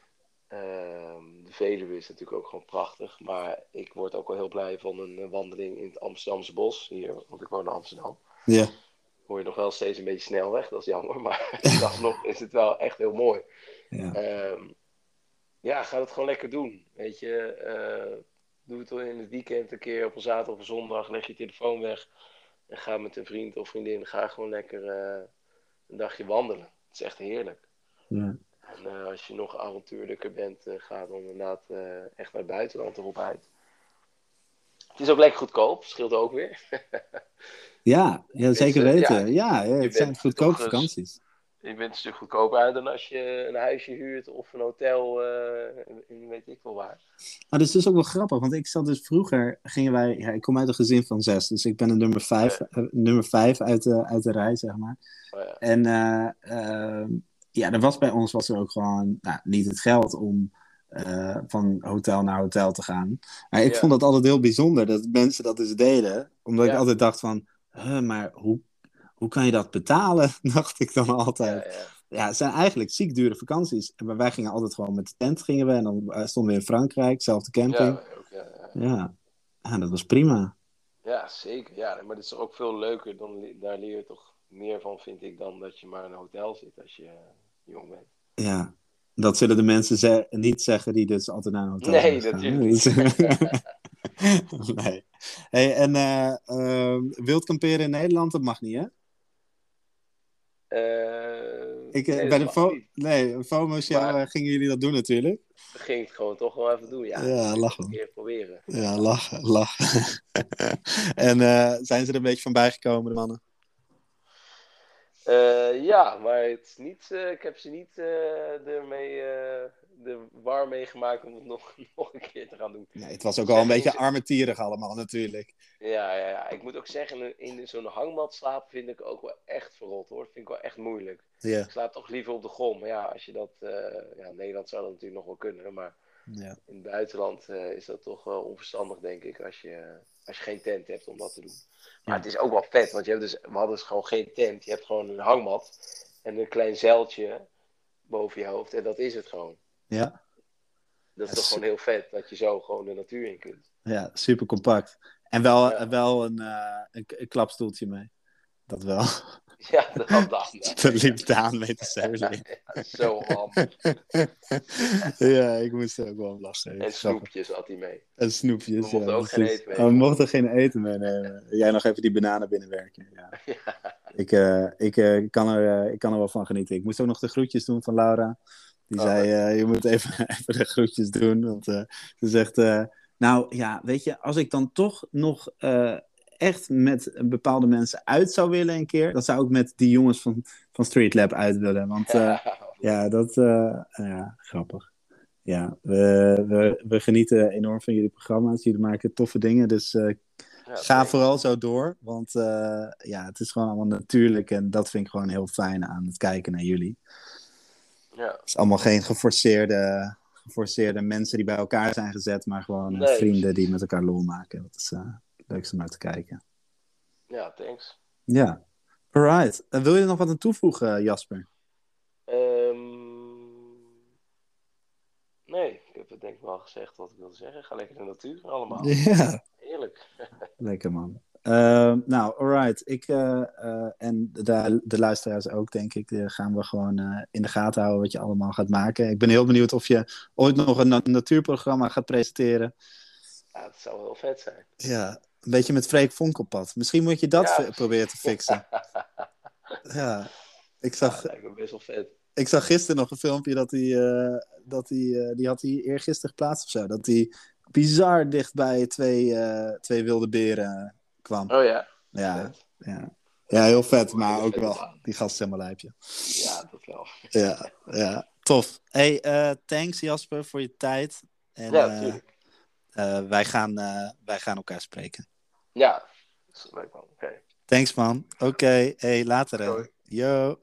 De Veluwe is natuurlijk ook gewoon prachtig. Maar ik word ook wel heel blij van een wandeling in het Amsterdamse bos. Hier, want ik woon in Amsterdam. Ja. Hoor je nog wel steeds een beetje snel weg. Dat is jammer. Maar alsnog is het wel echt heel mooi. Ja. Ja, ga het gewoon lekker doen. Weet je, doe het in het weekend een keer op een zaterdag of een zondag. Leg je telefoon weg. En ga met een vriend of vriendin. Ga gewoon lekker een dagje wandelen. Het is echt heerlijk. Ja. En als je nog avontuurlijker bent, ga dan inderdaad echt naar het buitenland erop uit. Het is ook lekker goedkoop, scheelt ook weer. Ja, zeker weten. Ja, Je het zijn bent goedkope toch, vakanties. je bent een stuk goedkoper uit dan als je een huisje huurt of een hotel in weet ik wel waar. Maar dat is dus ook wel grappig, want ik zat dus vroeger, gingen wij, ja, ik kom uit een gezin van 6, dus ik ben een nummer 5 uit de rij, zeg maar. Oh, ja. En ja, bij ons was er ook gewoon niet het geld om van hotel naar hotel te gaan. Maar ik vond dat altijd heel bijzonder dat mensen dat dus deden, omdat ik altijd dacht van, maar hoe kan je dat betalen, dacht ik dan altijd. Ja, het zijn eigenlijk ziek dure vakanties. Maar wij gingen altijd gewoon met de tent gingen we. En dan stonden we in Frankrijk, zelfde camping. Ja, ook, ja, dat was prima. Ja, zeker. Ja, maar het is ook veel leuker. Daar leer je toch meer van, vind ik, dan dat je maar in een hotel zit als je jong bent. Ja, dat zullen de mensen niet zeggen die dus altijd naar een hotel gaan. Nee, natuurlijk niet. Nee. Hey, en wild kamperen in Nederland, dat mag niet, hè? Bij een FOMO-show gingen jullie dat doen natuurlijk. Dan ging ik het gewoon toch wel even doen. Ja, lachen. Een keer proberen. Ja, lachen. En zijn ze er een beetje van bijgekomen, de mannen? Ja, maar het is niet, ik heb ze niet er warm mee gemaakt om het nog een keer te gaan doen. Nee, het was ook al een beetje armetierig allemaal natuurlijk. Ja. Ik moet ook zeggen, in zo'n hangmat slapen vind ik ook wel echt verrot hoor. Vind ik wel echt moeilijk. Yeah. Ik slaap toch liever op de grond. Maar ja, als je dat... in Nederland zou dat natuurlijk nog wel kunnen. Maar in het buitenland is dat toch wel onverstandig, denk ik. Als je geen tent hebt om dat te doen. Maar het is ook wel vet. Want we hadden dus gewoon geen tent. Je hebt gewoon een hangmat. En een klein zeiltje boven je hoofd. En dat is het gewoon. Ja. Dat is toch gewoon heel vet. Dat je zo gewoon de natuur in kunt. Ja, super compact. En wel een klapstoeltje mee. Dat wel. Ja, dat had Daan. Dat liep Daan mee te zeulen. Ja, zo handig. Ja, ik moest er ook wel om lachen. En snoepjes had hij mee. En snoepjes, we mochten ook geen eten mee. We mochten geen eten meenemen. Jij nog even die bananen binnenwerken. Ja. Ik kan er wel van genieten. Ik moest ook nog de groetjes doen van Laura. Die zei, je moet even de groetjes doen. Want ze zegt, nou ja, weet je, als ik dan toch nog... echt met bepaalde mensen uit zou willen een keer, dan zou ik met die jongens van Street Lab uit willen. Want grappig. Ja, we genieten enorm van jullie programma's. Jullie maken toffe dingen, dus ga vooral zo door. Want het is gewoon allemaal natuurlijk en dat vind ik gewoon heel fijn aan het kijken naar jullie. Ja. Het is allemaal geen geforceerde mensen die bij elkaar zijn gezet, maar gewoon vrienden die met elkaar lol maken. Dat is... leuk om naar te kijken. Ja, thanks. Ja, alright. Wil je er nog wat aan toevoegen, Jasper? Nee, ik heb het denk ik wel gezegd wat ik wilde zeggen. Ga lekker de natuur allemaal. Ja. Heerlijk. Lekker man. Nou, alright. En de luisteraars ook, denk ik, gaan we gewoon in de gaten houden wat je allemaal gaat maken. Ik ben heel benieuwd of je ooit nog een natuurprogramma gaat presenteren. Ja, dat zou wel vet zijn. Ja, een beetje met Freek Vonk op pad. Misschien moet je dat proberen te fixen. Ja, dat lijkt me best wel vet. Ik zag gisteren nog een filmpje die had hij eergisteren geplaatst of zo. Dat hij bizar dicht bij twee wilde beren kwam. Oh ja? Ja, heel vet, maar ook wel. Die gast is helemaal lijpje. Ja, dat wel. Ja, tof. Hey, thanks Jasper voor je tijd. En, natuurlijk. Wij gaan elkaar spreken. Ja, dat is leuk man. Okay. Thanks man. Oké, hey, later hè. Yo.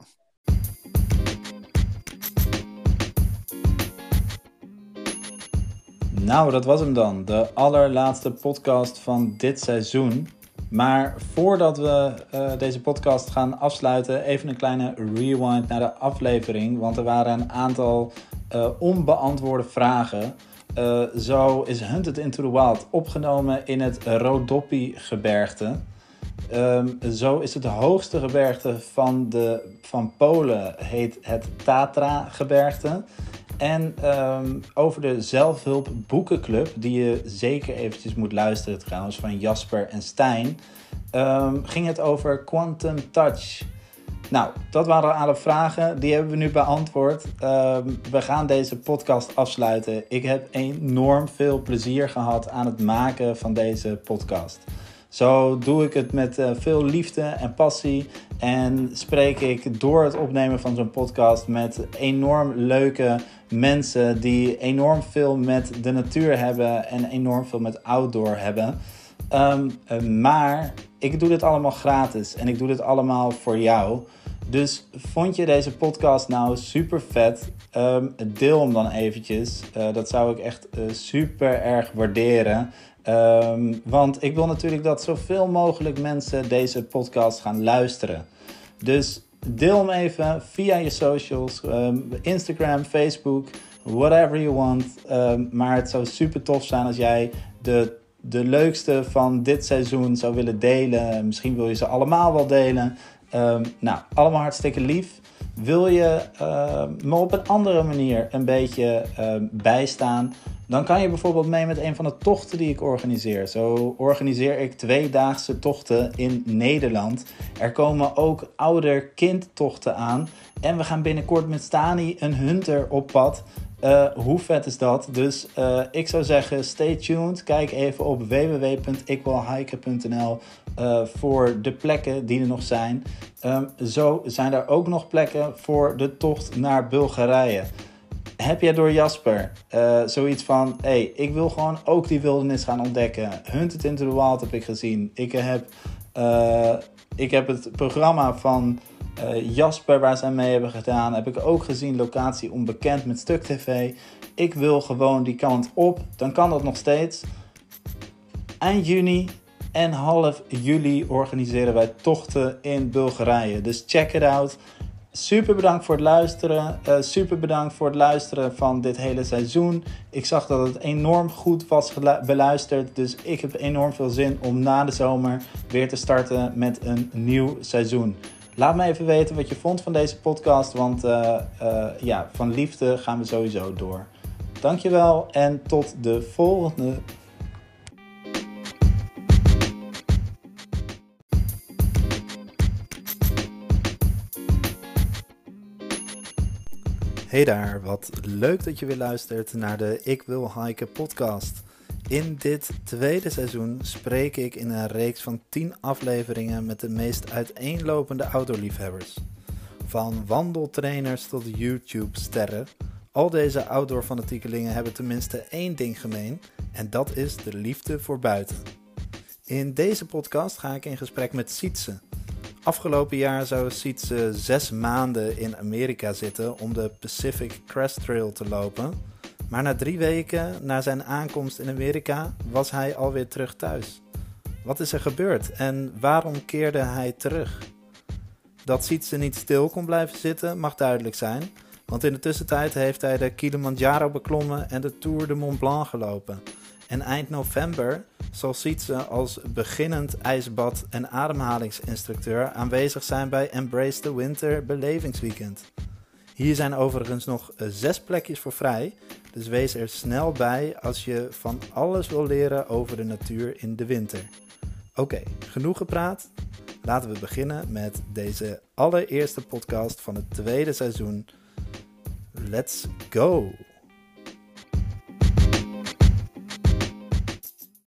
Nou, dat was hem dan. De allerlaatste podcast van dit seizoen. Maar voordat we deze podcast gaan afsluiten, even een kleine rewind naar de aflevering. Want er waren een aantal onbeantwoorde vragen. Zo is Hunted into the Wild opgenomen in het Rhodope-gebergte. Zo is het hoogste gebergte van Polen, heet het Tatra-gebergte. En over de Zelfhulp Boekenclub, die je zeker eventjes moet luisteren trouwens, van Jasper en Stijn, ging het over Quantum Touch. Nou, dat waren alle vragen. Die hebben we nu beantwoord. We gaan deze podcast afsluiten. Ik heb enorm veel plezier gehad aan het maken van deze podcast. Zo doe ik het met veel liefde en passie. En spreek ik door het opnemen van zo'n podcast met enorm leuke mensen die enorm veel met de natuur hebben en enorm veel met outdoor hebben. Maar ik doe dit allemaal gratis en ik doe dit allemaal voor jou. Dus vond je deze podcast nou super vet? Deel hem dan eventjes. Dat zou ik echt super erg waarderen. Want ik wil natuurlijk dat zoveel mogelijk mensen deze podcast gaan luisteren. Dus deel hem even via je socials. Instagram, Facebook, whatever you want. Maar het zou super tof zijn als jij de leukste van dit seizoen zou willen delen. Misschien wil je ze allemaal wel delen. Nou, allemaal hartstikke lief. Wil je me op een andere manier een beetje bijstaan, dan kan je bijvoorbeeld mee met een van de tochten die ik organiseer. Zo organiseer ik 2-daagse tochten in Nederland. Er komen ook ouder-kindtochten aan. En we gaan binnenkort met Stani een hunter op pad. Hoe vet is dat? Dus ik zou zeggen, stay tuned. Kijk even op www.ikwilhiken.nl voor de plekken die er nog zijn. Zo zijn er ook nog plekken voor de tocht naar Bulgarije. Heb jij door Jasper zoiets van, ik wil gewoon ook die wildernis gaan ontdekken. Hunted into the Wild heb ik gezien. Ik heb het programma van Jasper waar zij mee hebben gedaan, heb ik ook gezien. Locatie onbekend met Stuk TV. Ik wil gewoon die kant op. Dan kan dat nog steeds. Eind juni en half juli organiseren wij tochten in Bulgarije. Dus check it out. Super bedankt voor het luisteren. Super bedankt voor het luisteren van dit hele seizoen. Ik zag dat het enorm goed was beluisterd. Dus ik heb enorm veel zin om na de zomer weer te starten met een nieuw seizoen. Laat me even weten wat je vond van deze podcast. Want van liefde gaan we sowieso door. Dankjewel en tot de volgende. Hey daar, wat leuk dat je weer luistert naar de Ik Wil Hiken podcast. In dit tweede seizoen spreek ik in een reeks van 10 afleveringen met de meest uiteenlopende outdoorliefhebbers. Van wandeltrainers tot YouTube-sterren. Al deze outdoor-fanatiekelingen hebben tenminste één ding gemeen en dat is de liefde voor buiten. In deze podcast ga ik in gesprek met Sietse. Afgelopen jaar zou Sietse 6 maanden in Amerika zitten om de Pacific Crest Trail te lopen. Maar na 3 weken na zijn aankomst in Amerika was hij alweer terug thuis. Wat is er gebeurd en waarom keerde hij terug? Dat Sietse niet stil kon blijven zitten mag duidelijk zijn, want in de tussentijd heeft hij de Kilimanjaro beklommen en de Tour de Mont Blanc gelopen. En eind november zal Sietse als beginnend ijsbad- en ademhalingsinstructeur aanwezig zijn bij Embrace the Winter belevingsweekend. Hier zijn overigens nog 6 plekjes voor vrij, dus wees er snel bij als je van alles wil leren over de natuur in de winter. Oké, genoeg gepraat. Laten we beginnen met deze allereerste podcast van het tweede seizoen. Let's go!